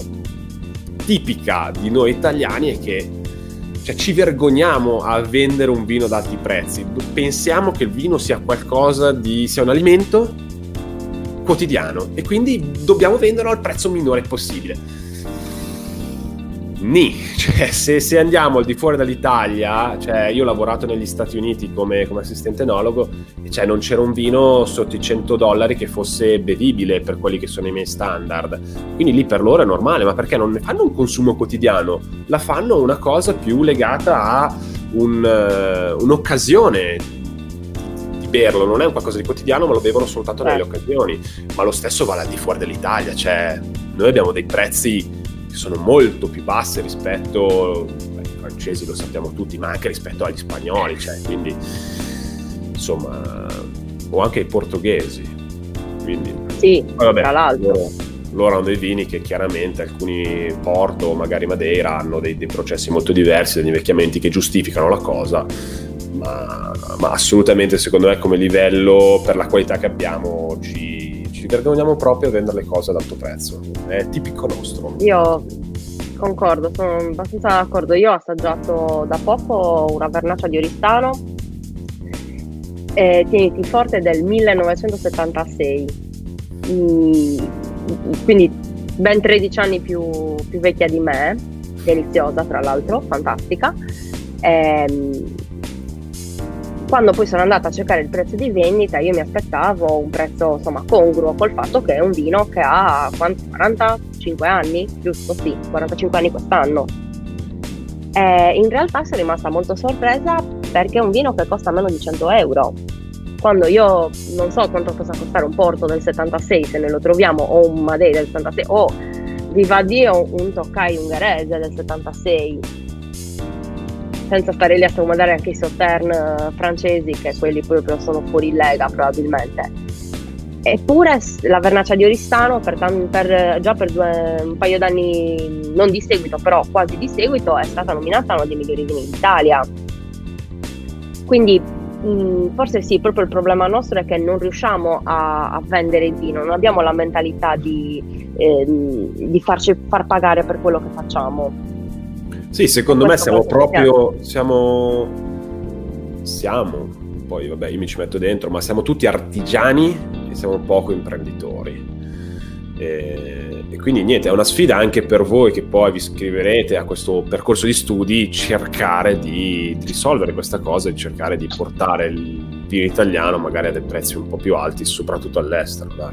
C: tipica di noi italiani è che cioè, ci vergogniamo a vendere un vino ad alti prezzi, pensiamo che il vino sia qualcosa di sia un alimento quotidiano e quindi dobbiamo venderlo al prezzo minore possibile. Nì, cioè se, se andiamo al di fuori dall'Italia, cioè io ho lavorato negli Stati Uniti come, come assistente enologo e cioè non c'era un vino sotto i cento dollari che fosse bevibile per quelli che sono i miei standard, quindi lì per loro è normale, ma perché non ne fanno un consumo quotidiano, la fanno una cosa più legata a un, uh, un'occasione di berlo, non è un qualcosa di quotidiano, ma lo bevono soltanto
B: Beh.
C: nelle occasioni. Ma lo stesso vale al di fuori dell'Italia, cioè noi abbiamo dei prezzi che sono molto più bassi rispetto ai francesi, lo sappiamo tutti, ma anche rispetto agli spagnoli, cioè, quindi insomma, o anche ai portoghesi, quindi
B: Sì,
C: vabbè,
B: tra l'altro.
C: loro, loro hanno dei vini che chiaramente alcuni Porto, magari Madeira, hanno dei, dei processi molto diversi, degli invecchiamenti che giustificano la cosa, ma, ma assolutamente secondo me come livello, per la qualità che abbiamo, ci, ci vergogniamo proprio a vendere le cose ad alto prezzo, è tipico nostro.
B: Io concordo, sono abbastanza d'accordo. Io ho assaggiato da poco una vernaccia di Oristano, eh, tieniti forte, del millenovecentosettantasei, Mm, quindi ben tredici anni più, più vecchia di me, deliziosa tra l'altro, fantastica. Ehm, quando poi sono andata a cercare il prezzo di vendita, io mi aspettavo un prezzo insomma congruo col fatto che è un vino che ha quanti, quarantacinque anni, giusto? Sì, quarantacinque anni quest'anno. Eh, in realtà sono rimasta molto sorpresa perché è un vino che costa meno di cento euro. Quando io non so quanto possa costare un Porto del settantasei, se ne lo troviamo, o un Madeira del settantasei, o viva Dio un Toccai ungherese del settantasei, senza stare lì a scomodare anche i Sautern francesi, che quelli proprio sono fuori lega probabilmente. Eppure la vernaccia di Oristano per, per, già per due, un paio d'anni, non di seguito, però quasi di seguito, è stata nominata uno dei migliori vini d'Italia. Quindi mh, forse sì, proprio il problema nostro è che non riusciamo a, a vendere il vino, non abbiamo la mentalità di, eh, di farci far pagare per quello che facciamo.
C: Sì, secondo me siamo proprio, siamo, siamo, poi vabbè io mi ci metto dentro, ma siamo tutti artigiani e siamo poco imprenditori. E, e quindi niente, è una sfida anche per voi che poi vi iscriverete a questo percorso di studi, cercare di, di risolvere questa cosa e cercare di portare il vino italiano magari a dei prezzi un po' più alti, soprattutto all'estero, dai.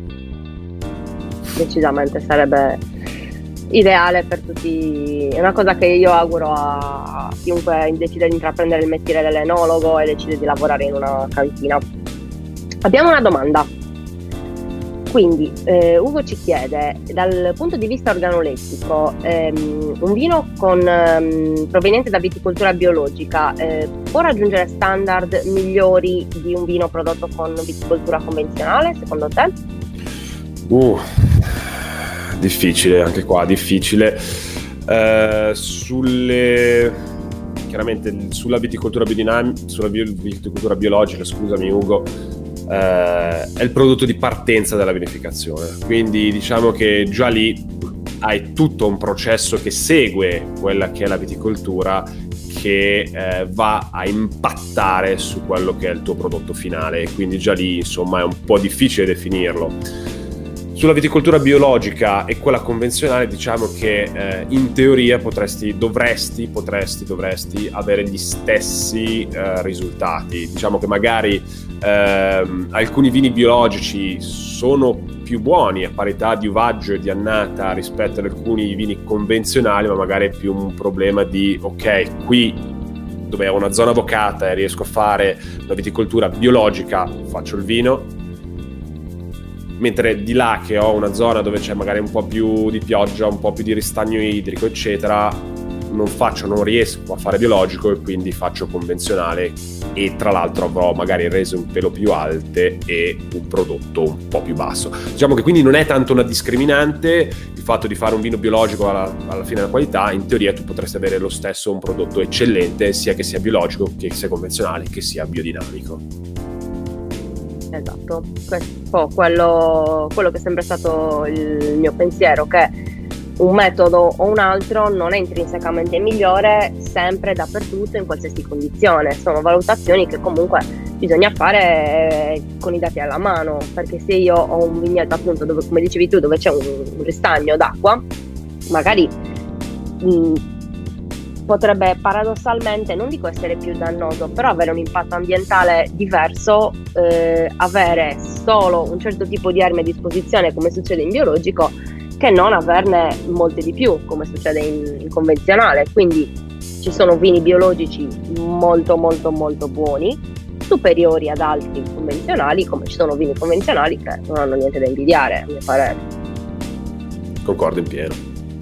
B: Decisamente sarebbe ideale per tutti, è una cosa che io auguro a chiunque decide di intraprendere il mestiere dell'enologo e decide di lavorare in una cantina. Abbiamo una domanda. Quindi eh, Ugo ci chiede, dal punto di vista organolettico, ehm, un vino con, ehm, proveniente da viticoltura biologica eh, può raggiungere standard migliori di un vino prodotto con viticoltura convenzionale, secondo te?
C: Uh, difficile, anche qua, difficile. Eh, sulle... chiaramente sulla viticoltura biodinamica, sulla bio, viticoltura biologica, scusami Ugo, Uh, è il prodotto di partenza della vinificazione, quindi diciamo che già lì hai tutto un processo che segue quella che è la viticoltura, che eh, va a impattare su quello che è il tuo prodotto finale, quindi già lì insomma è un po' difficile definirlo. Sulla viticoltura biologica e quella convenzionale diciamo che eh, in teoria potresti, dovresti, potresti, dovresti avere gli stessi eh, risultati. Diciamo che magari eh, alcuni vini biologici sono più buoni a parità di uvaggio e di annata rispetto ad alcuni vini convenzionali, ma magari è più un problema di ok, qui dove ho una zona vocata e riesco a fare una viticoltura biologica, faccio il vino, mentre di là che ho una zona dove c'è magari un po' più di pioggia, un po' più di ristagno idrico, eccetera, non faccio, non riesco a fare biologico e quindi faccio convenzionale, e tra l'altro avrò magari rese un pelo più alte e un prodotto un po' più basso. Diciamo che quindi non è tanto una discriminante il fatto di fare un vino biologico alla, alla fine della qualità. In teoria tu potresti avere lo stesso un prodotto eccellente, sia che sia biologico, che sia convenzionale, che sia biodinamico.
B: Esatto, questo quello, quello che è sempre stato il mio pensiero, che un metodo o un altro non è intrinsecamente migliore sempre dappertutto in qualsiasi condizione, sono valutazioni che comunque bisogna fare con i dati alla mano, perché se io ho un vigneto appunto dove, come dicevi tu, dove c'è un, un ristagno d'acqua, magari mh, potrebbe paradossalmente, non dico essere più dannoso, però avere un impatto ambientale diverso, eh, avere solo un certo tipo di armi a disposizione come succede in biologico, che non averne molte di più come succede in, in convenzionale. Quindi ci sono vini biologici molto molto molto buoni, superiori ad altri convenzionali, come ci sono vini convenzionali che non hanno niente da invidiare, a mio parere.
C: Concordo in pieno.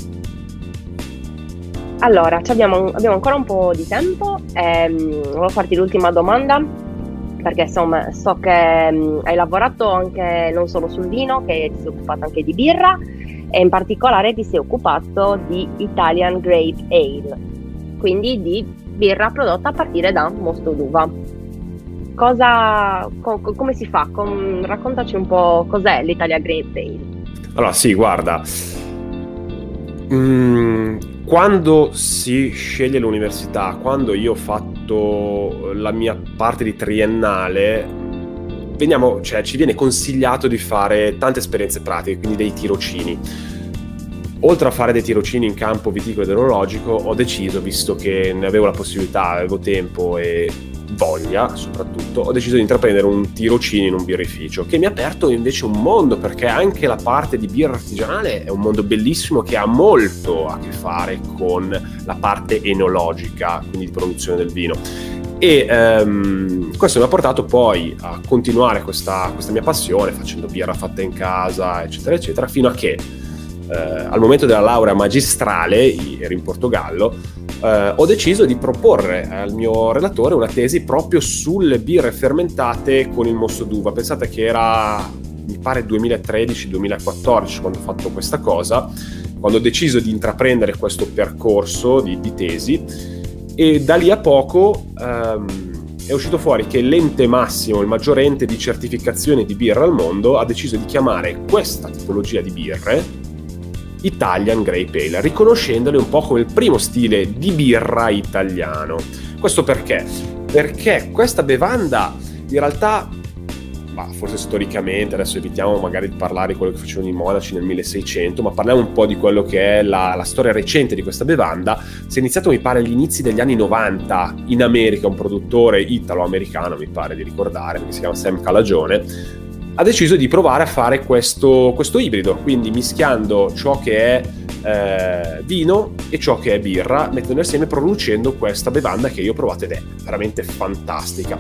B: Allora, abbiamo, abbiamo ancora un po' di tempo, ehm, volevo farti l'ultima domanda, perché insomma so che mh, hai lavorato anche non solo sul vino, che ti sei occupato anche di birra, e in particolare ti sei occupato di Italian Grape Ale, quindi di birra prodotta a partire da mosto d'uva. Cosa, co- come si fa? Com- raccontaci un po' cos'è l'Italian Grape Ale.
C: Allora sì, guarda, mm, quando si sceglie l'università, quando io ho fatto la mia parte di triennale, veniamo, cioè, ci viene consigliato di fare tante esperienze pratiche, quindi dei tirocini. Oltre a fare dei tirocini in campo viticolo ed enologico, ho deciso, visto che ne avevo la possibilità, avevo tempo e voglia soprattutto, ho deciso di intraprendere un tirocinio in un birrificio, che mi ha aperto invece un mondo, perché anche la parte di birra artigianale è un mondo bellissimo che ha molto a che fare con la parte enologica, quindi di produzione del vino. E um, questo mi ha portato poi a continuare questa, questa mia passione, facendo birra fatta in casa, eccetera eccetera, fino a che eh, al momento della laurea magistrale, ero in Portogallo, eh, ho deciso di proporre al mio relatore una tesi proprio sulle birre fermentate con il mosto d'uva. Pensate che era, mi pare, duemilatredici duemilaquattordici quando ho fatto questa cosa, quando ho deciso di intraprendere questo percorso di, di tesi. E da lì a poco um, è uscito fuori che l'ente massimo, il maggior ente di certificazione di birra al mondo, ha deciso di chiamare questa tipologia di birre Italian Grape Ale, riconoscendole un po' come il primo stile di birra italiano. Questo perché? Perché questa bevanda in realtà, bah, forse storicamente, adesso evitiamo magari di parlare di quello che facevano i monaci nel milleseicento, ma parliamo un po' di quello che è la, la storia recente di questa bevanda. Si è iniziato, mi pare, agli inizi degli anni novanta in America. Un produttore italo-americano, mi pare di ricordare, che si chiama Sam Calagione, ha deciso di provare a fare questo, questo ibrido, quindi mischiando ciò che è eh, vino e ciò che è birra, mettendo insieme, producendo questa bevanda che io ho provato ed è veramente fantastica.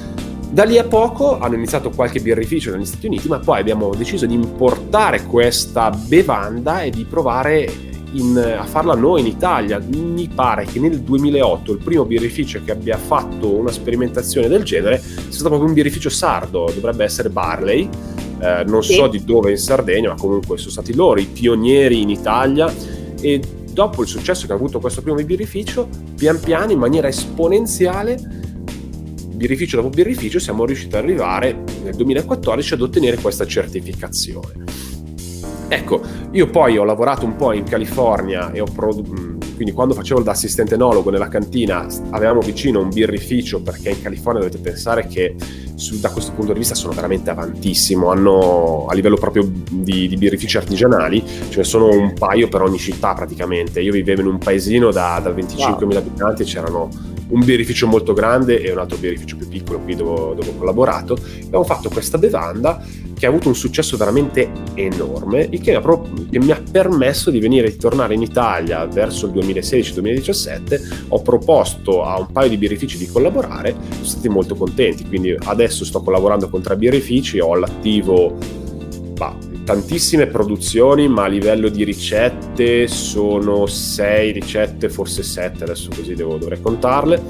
C: Da lì a poco hanno iniziato qualche birrificio negli Stati Uniti, ma poi abbiamo deciso di importare questa bevanda e di provare in, a farla noi in Italia. Mi pare che nel duemilaotto il primo birrificio che abbia fatto una sperimentazione del genere sia stato proprio un birrificio sardo, dovrebbe essere Barley, eh, non
B: sì.
C: so di dove in Sardegna, ma comunque sono stati loro i pionieri in Italia. E dopo il successo che ha avuto questo primo birrificio, pian piano, in maniera esponenziale, birrificio dopo birrificio, siamo riusciti ad arrivare nel duemilaquattordici ad ottenere questa certificazione. Ecco, io poi ho lavorato un po' in California e ho produ- quindi quando facevo l'assistente enologo nella cantina avevamo vicino un birrificio, perché in California dovete pensare che su, da questo punto di vista sono veramente avantissimo, hanno a livello proprio di, di birrifici artigianali, ce ne sono un paio per ogni città praticamente. Io vivevo in un paesino da, da venticinquemila wow. abitanti e c'erano un birrificio molto grande e un altro birrificio più piccolo qui dove, dove ho collaborato. Abbiamo fatto questa bevanda che ha avuto un successo veramente enorme e che, che mi ha permesso di venire e di tornare in Italia verso il duemilasedici duemiladiciassette. Ho proposto a un paio di birrifici di collaborare, sono stati molto contenti, quindi adesso sto collaborando con tre birrifici, ho all'attivo bah, tantissime produzioni, ma a livello di ricette sono sei ricette, forse sette, adesso così devo, dovrei contarle.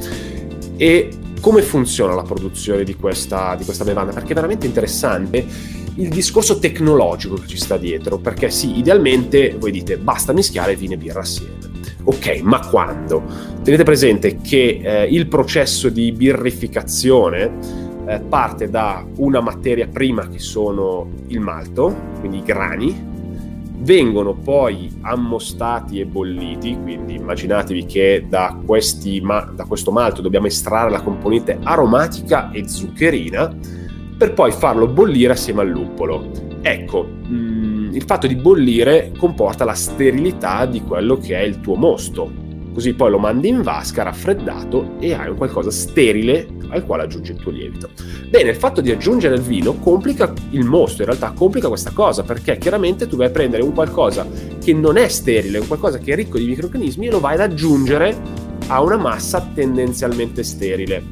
C: E come funziona la produzione di questa, di questa bevanda? Perché è veramente interessante il discorso tecnologico che ci sta dietro, perché sì, idealmente voi dite basta mischiare vino e birra assieme. Ok, ma quando? Tenete presente che eh, il processo di birrificazione eh, parte da una materia prima che sono il malto, quindi i grani, vengono poi ammostati e bolliti, quindi immaginatevi che da, questi ma- da questo malto dobbiamo estrarre la componente aromatica e zuccherina per poi farlo bollire assieme al luppolo. Ecco, mh, il fatto di bollire comporta la sterilità di quello che è il tuo mosto, così poi lo mandi in vasca raffreddato e hai un qualcosa sterile al quale aggiungi il tuo lievito. Bene, il fatto di aggiungere il vino complica il mosto, in realtà complica questa cosa, perché chiaramente tu vai a prendere un qualcosa che non è sterile, un qualcosa che è ricco di microrganismi, e lo vai ad aggiungere a una massa tendenzialmente sterile.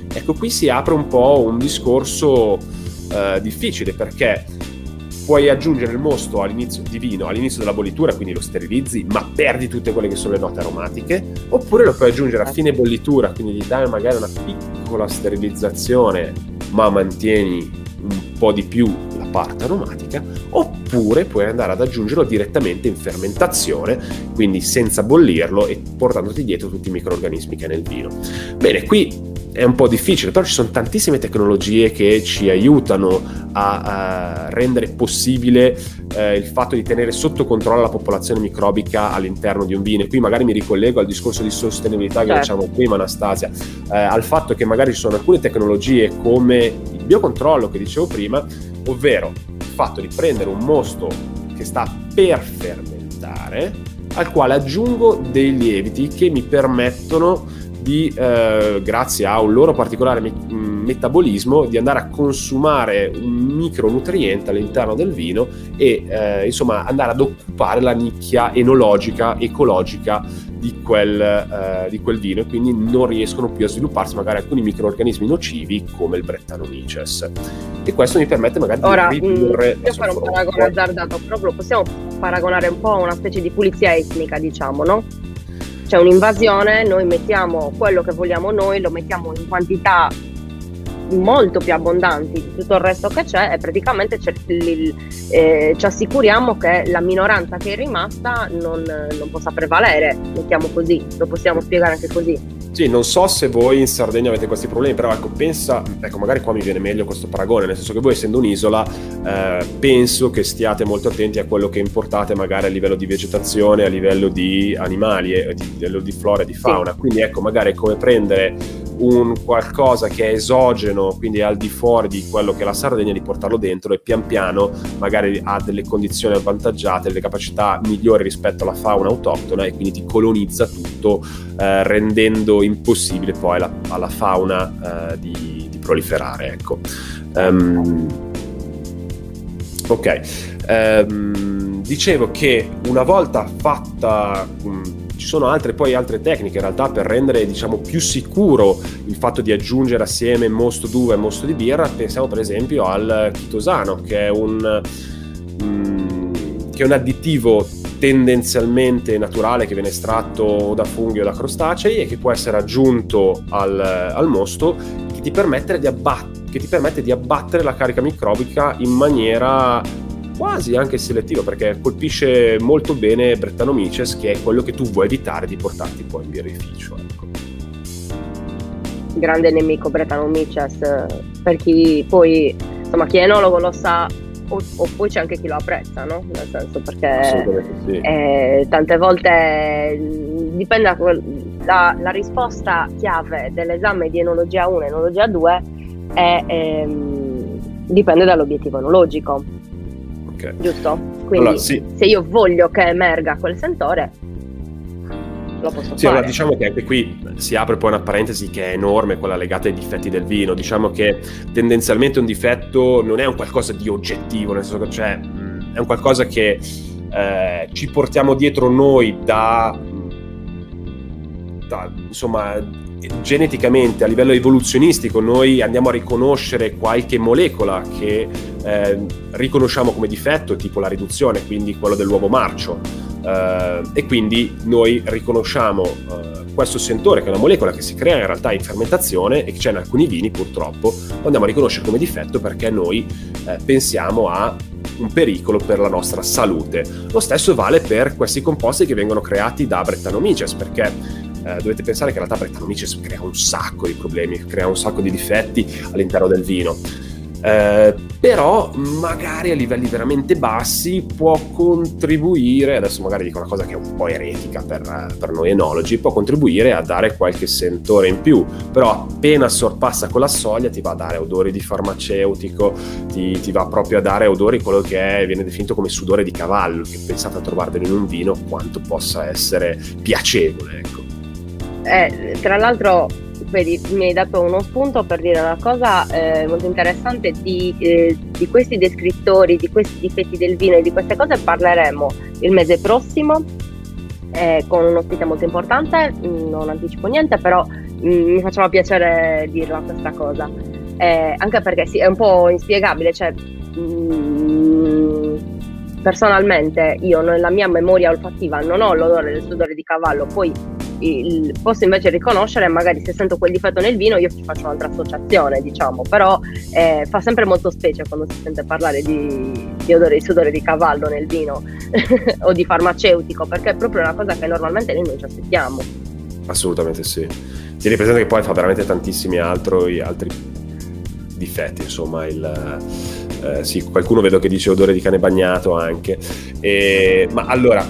C: Ecco, qui si apre un po' un discorso eh, difficile, perché puoi aggiungere il mosto all'inizio di vino, all'inizio della bollitura, quindi lo sterilizzi, ma perdi tutte quelle che sono le note aromatiche, oppure lo puoi aggiungere a fine bollitura, quindi gli dai magari una piccola sterilizzazione, ma mantieni un po' di più la parte aromatica, oppure puoi andare ad aggiungerlo direttamente in fermentazione, quindi senza bollirlo e portandoti dietro tutti i microrganismi che è nel vino. Bene, qui è un po' difficile, però ci sono tantissime tecnologie che ci aiutano a, a rendere possibile eh, il fatto di tenere sotto controllo la popolazione microbica all'interno di un vino. E qui magari mi ricollego al discorso di sostenibilità che certo. diciamo prima, Anastasia, eh, al fatto che magari ci sono alcune tecnologie come il biocontrollo che dicevo prima, ovvero il fatto di prendere un mosto che sta per fermentare, al quale aggiungo dei lieviti che mi permettono di, eh, grazie a un loro particolare me- metabolismo, di andare a consumare un micronutriente all'interno del vino e eh, insomma andare ad occupare la nicchia enologica, ecologica di quel, eh, di quel vino, e quindi non riescono più a svilupparsi magari alcuni microrganismi nocivi come il Brettanomyces. E questo mi permette magari
B: Ora,
C: di ridurre
B: mh, io fare un paragone azzardato, proprio possiamo paragonare un po' a una specie di pulizia etnica, diciamo, no? C'è un'invasione, noi mettiamo quello che vogliamo noi, lo mettiamo in quantità molto più abbondanti di tutto il resto che c'è, e praticamente c'è il, eh, ci assicuriamo che la minoranza che è rimasta non, non possa prevalere, mettiamo così, lo possiamo spiegare anche così.
C: Sì, non so se voi in Sardegna avete questi problemi, però ecco, pensa, ecco, magari qua mi viene meglio questo paragone, nel senso che voi, essendo un'isola, eh, penso che stiate molto attenti a quello che importate magari a livello di vegetazione, a livello di animali, a livello di flora e di fauna. Sì. Quindi ecco, magari è come prendere un qualcosa che è esogeno, quindi al di fuori di quello che è la Sardegna, di portarlo dentro e pian piano magari ha delle condizioni avvantaggiate, delle capacità migliori rispetto alla fauna autoctona, e quindi ti colonizza tutto, eh, rendendo impossibile poi alla, alla fauna eh, di, di proliferare, ecco. Um, ok, um, dicevo che una volta fatta um, ci sono altre poi altre tecniche in realtà per rendere, diciamo, più sicuro il fatto di aggiungere assieme mosto d'uva e mosto di birra. Pensiamo per esempio al chitosano, che è un um, che è un additivo tendenzialmente naturale che viene estratto da funghi o da crostacei e che può essere aggiunto al, al mosto, che ti permette di abbat- che ti permette di abbattere la carica microbica in maniera quasi anche selettiva, perché colpisce molto bene Brettanomyces, che è quello che tu vuoi evitare di portarti poi in birrificio, ecco.
B: Grande nemico Brettanomyces, per chi poi, insomma, chi è enologo lo sa, o, o poi c'è anche chi lo apprezza, no? Nel senso, perché sì. eh, tante volte dipende da quel, la, la risposta chiave dell'esame di enologia uno e enologia due è, ehm, dipende dall'obiettivo enologico. Okay. Giusto? Quindi allora, sì. se io voglio che emerga quel sentore, lo posso
C: sì,
B: fare.
C: Allora, diciamo che anche qui si apre poi una parentesi che è enorme, quella legata ai difetti del vino. Diciamo che tendenzialmente un difetto non è un qualcosa di oggettivo, nel senso che cioè, è un qualcosa che eh, ci portiamo dietro noi da, da insomma geneticamente, a livello evoluzionistico. Noi andiamo a riconoscere qualche molecola che eh, riconosciamo come difetto, tipo la riduzione, quindi quello dell'uovo marcio, eh, e quindi noi riconosciamo eh, questo sentore, che è una molecola che si crea in realtà in fermentazione e che c'è in alcuni vini, purtroppo lo andiamo a riconoscere come difetto perché noi eh, pensiamo a un pericolo per la nostra salute. Lo stesso vale per questi composti che vengono creati da Brettanomyces, perché Eh, dovete pensare che in realtà Brettanomyces crea un sacco di problemi, crea un sacco di difetti all'interno del vino, eh, però magari a livelli veramente bassi può contribuire, adesso magari dico una cosa che è un po' eretica per, per noi enologi, può contribuire a dare qualche sentore in più, però appena sorpassa quella soglia ti va a dare odori di farmaceutico, ti, ti va proprio a dare odori, quello che è, viene definito come sudore di cavallo, che pensate a trovarvelo in un vino quanto possa essere piacevole, ecco.
B: Eh, tra l'altro, vedi, mi hai dato uno spunto per dire una cosa eh, molto interessante di, eh, di questi descrittori, di questi difetti del vino e di queste cose parleremo il mese prossimo eh, con un ospite molto importante, non anticipo niente, però mi faceva piacere dirla questa cosa, eh, anche perché sì, è un po' inspiegabile, cioè mh, personalmente io nella mia memoria olfattiva non ho l'odore del sudore di cavallo, poi il, posso invece riconoscere, magari se sento quel difetto nel vino io ci faccio un'altra associazione, diciamo, però eh, fa sempre molto specie quando si sente parlare di, di odore di sudore di cavallo nel vino o di farmaceutico, perché è proprio una cosa che normalmente noi non ci aspettiamo.
C: Assolutamente sì. Tieni presente che poi fa veramente tantissimi altri, altri difetti, insomma, il, eh, sì, qualcuno vedo che dice odore di cane bagnato anche, e, ma allora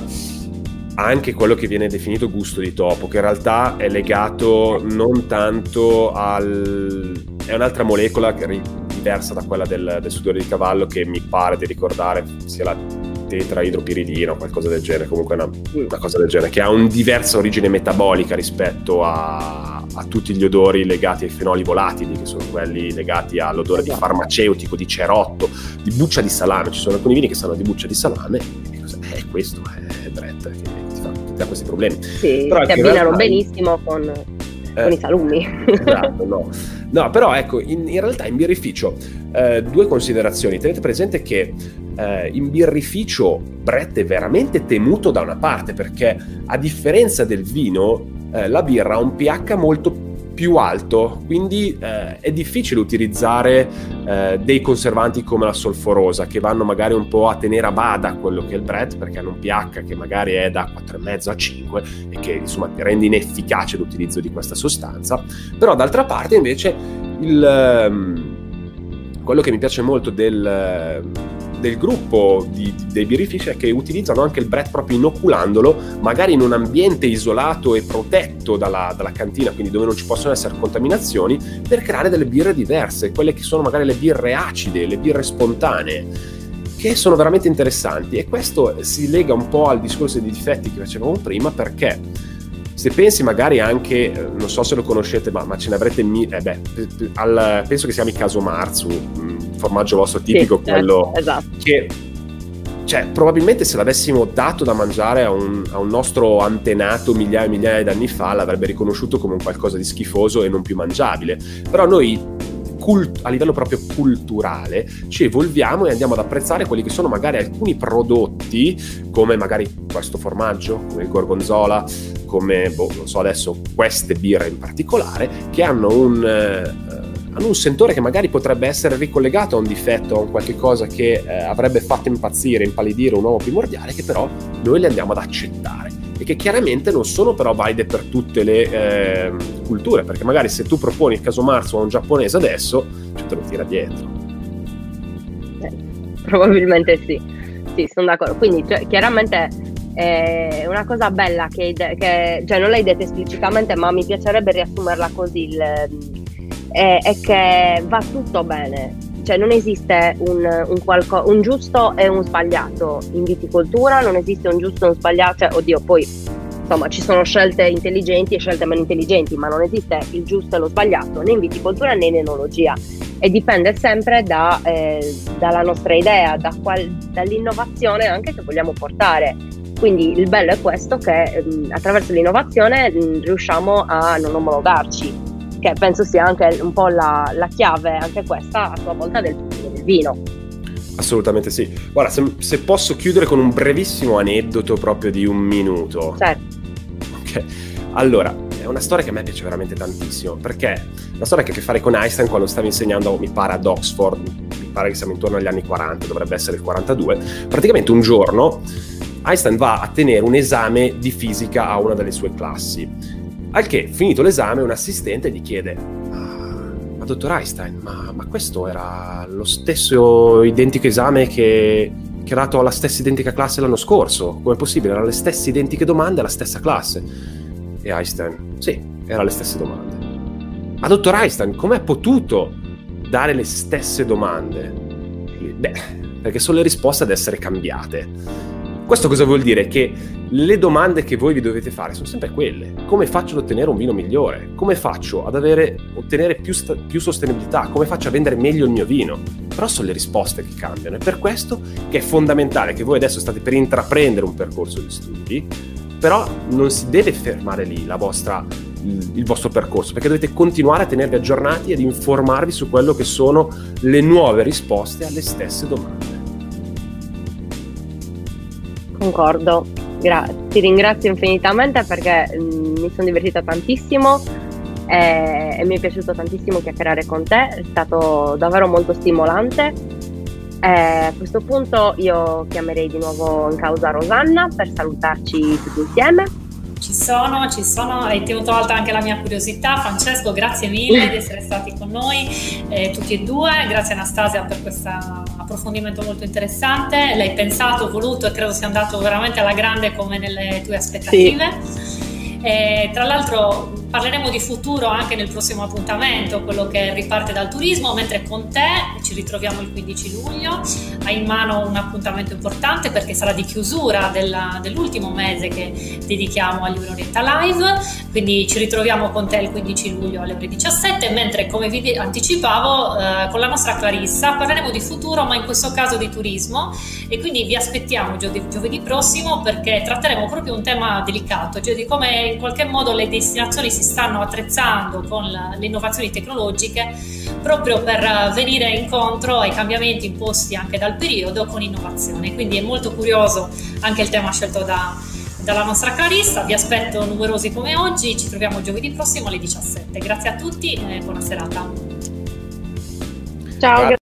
C: anche quello che viene definito gusto di topo, che in realtà è legato non tanto al... è un'altra molecola che è diversa da quella del, del sudore di cavallo, che mi pare di ricordare sia la tetraidropiridina o qualcosa del genere, comunque una, una cosa del genere, che ha una diversa origine metabolica rispetto a, a tutti gli odori legati ai fenoli volatili, che sono quelli legati all'odore di farmaceutico, di cerotto, di buccia di salame. Ci sono alcuni vini che sanno di buccia di salame, e cosa, è questo, è Brett che ti fa, ti dà questi problemi.
B: Sì, però si abbinano realtà... benissimo con...
C: Eh,
B: con i salumi.
C: Esatto, no. No, però ecco, in, in realtà in birrificio eh, due considerazioni. Tenete presente che eh, in birrificio Brett è veramente temuto da una parte, perché a differenza del vino eh, la birra ha un pH molto più alto, quindi eh, è difficile utilizzare eh, dei conservanti come la solforosa, che vanno magari un po' a tenere a bada quello che è il Brett, perché hanno un pH che magari è da quattro virgola cinque a cinque e che insomma rende inefficace l'utilizzo di questa sostanza. Però d'altra parte invece il, um, quello che mi piace molto del, del gruppo di, di, dei birrifici è che utilizzano anche il Brett proprio inoculandolo, magari in un ambiente isolato e protetto dalla, dalla cantina, quindi dove non ci possono essere contaminazioni, per creare delle birre diverse, quelle che sono magari le birre acide, le birre spontanee, che sono veramente interessanti. E questo si lega un po' al discorso dei difetti che facevamo prima, perché se pensi magari anche, non so se lo conoscete, ma, ma ce ne avrete mi- eh beh, al, penso che si chiami Caso Marzu, formaggio vostro tipico, sì, quello
B: esatto.
C: Che cioè probabilmente se l'avessimo dato da mangiare a un, a un nostro antenato migliaia e migliaia di anni fa, l'avrebbe riconosciuto come un qualcosa di schifoso e non più mangiabile. Però noi cult- a livello proprio culturale ci evolviamo e andiamo ad apprezzare quelli che sono magari alcuni prodotti, come magari questo formaggio, come il gorgonzola, come, boh, non so adesso, queste birre in particolare, che hanno un... Eh, hanno un sentore che magari potrebbe essere ricollegato a un difetto, a un qualche cosa che eh, avrebbe fatto impazzire, impallidire un uomo primordiale, che però noi le andiamo ad accettare e che chiaramente non sono però valide per tutte le eh, culture, perché magari se tu proponi il Caso Marzu a un giapponese adesso, cioè te lo tira dietro.
B: Eh, probabilmente sì, sì, sono d'accordo. Quindi cioè, chiaramente è una cosa bella che, che cioè non l'hai detto esplicitamente, ma mi piacerebbe riassumerla così, il, È, è che va tutto bene, cioè non esiste un, un, qualco, un giusto e un sbagliato in viticoltura, non esiste un giusto e un sbagliato, cioè oddio poi insomma ci sono scelte intelligenti e scelte meno intelligenti, ma non esiste il giusto e lo sbagliato né in viticoltura né in enologia, e dipende sempre da, eh, dalla nostra idea, da qual, dall'innovazione anche che vogliamo portare. Quindi il bello è questo, che mh, attraverso l'innovazione mh, riusciamo a non omologarci, che penso sia anche un po' la, la chiave, anche questa a sua volta, del, del vino.
C: Assolutamente sì. Guarda, se, se posso chiudere con un brevissimo aneddoto proprio di un minuto.
B: Certo.
C: Ok. Allora, è una storia che a me piace veramente tantissimo, perché è una storia che ha a che fare con Einstein quando stava insegnando, mi pare, ad Oxford, mi pare che siamo intorno agli anni quaranta, dovrebbe essere il quarantadue. Praticamente un giorno Einstein va a tenere un esame di fisica a una delle sue classi. Al che, finito l'esame, un assistente gli chiede: ma, ma dottor Einstein, ma, ma questo era lo stesso identico esame che, che ha dato alla stessa identica classe l'anno scorso? Com'è possibile? Erano le stesse identiche domande alla stessa classe? E Einstein: sì, erano le stesse domande. Ma dottor Einstein, com'è potuto dare le stesse domande? Beh, perché sono le risposte ad essere cambiate. Questo cosa vuol dire? Che le domande che voi vi dovete fare sono sempre quelle: come faccio ad ottenere un vino migliore? Come faccio ad avere, ottenere più, sta, più sostenibilità? Come faccio a vendere meglio il mio vino? Però sono le risposte che cambiano. È per questo che è fondamentale che voi adesso state per intraprendere un percorso di studi, però non si deve fermare lì la vostra il, il vostro percorso, perché dovete continuare a tenervi aggiornati ed informarvi su quello che sono le nuove risposte alle stesse domande.
B: Concordo, Gra- ti ringrazio infinitamente perché mh, mi sono divertita tantissimo e, e mi è piaciuto tantissimo chiacchierare con te, è stato davvero molto stimolante. E a questo punto io chiamerei di nuovo in causa Rosanna per salutarci tutti insieme.
A: Ci sono, ci sono, hai tenuto alta anche la mia curiosità. Francesco, grazie mille di essere stati con noi, eh, tutti e due. Grazie Anastasia per questo approfondimento molto interessante. L'hai pensato, voluto e credo sia andato veramente alla grande come nelle tue aspettative. Sì. E, tra l'altro parleremo di futuro anche nel prossimo appuntamento, quello che riparte dal turismo, mentre con te ci ritroviamo il quindici luglio. Hai in mano un appuntamento importante perché sarà di chiusura della, dell'ultimo mese che dedichiamo agli Oriental Live, quindi ci ritroviamo con te il quindici luglio alle ore diciassette, mentre come vi anticipavo eh, con la nostra Clarissa parleremo di futuro, ma in questo caso di turismo, e quindi vi aspettiamo giovedì, giovedì prossimo perché tratteremo proprio un tema delicato, cioè di come in qualche modo le destinazioni si stanno attrezzando con la, le innovazioni tecnologiche proprio per venire incontro ai cambiamenti imposti anche dal periodo con innovazione. Quindi è molto curioso anche il tema scelto da, dalla nostra Clarissa. Vi aspetto numerosi come oggi, ci troviamo giovedì prossimo alle diciassette. Grazie a tutti e buona serata.
B: Ciao.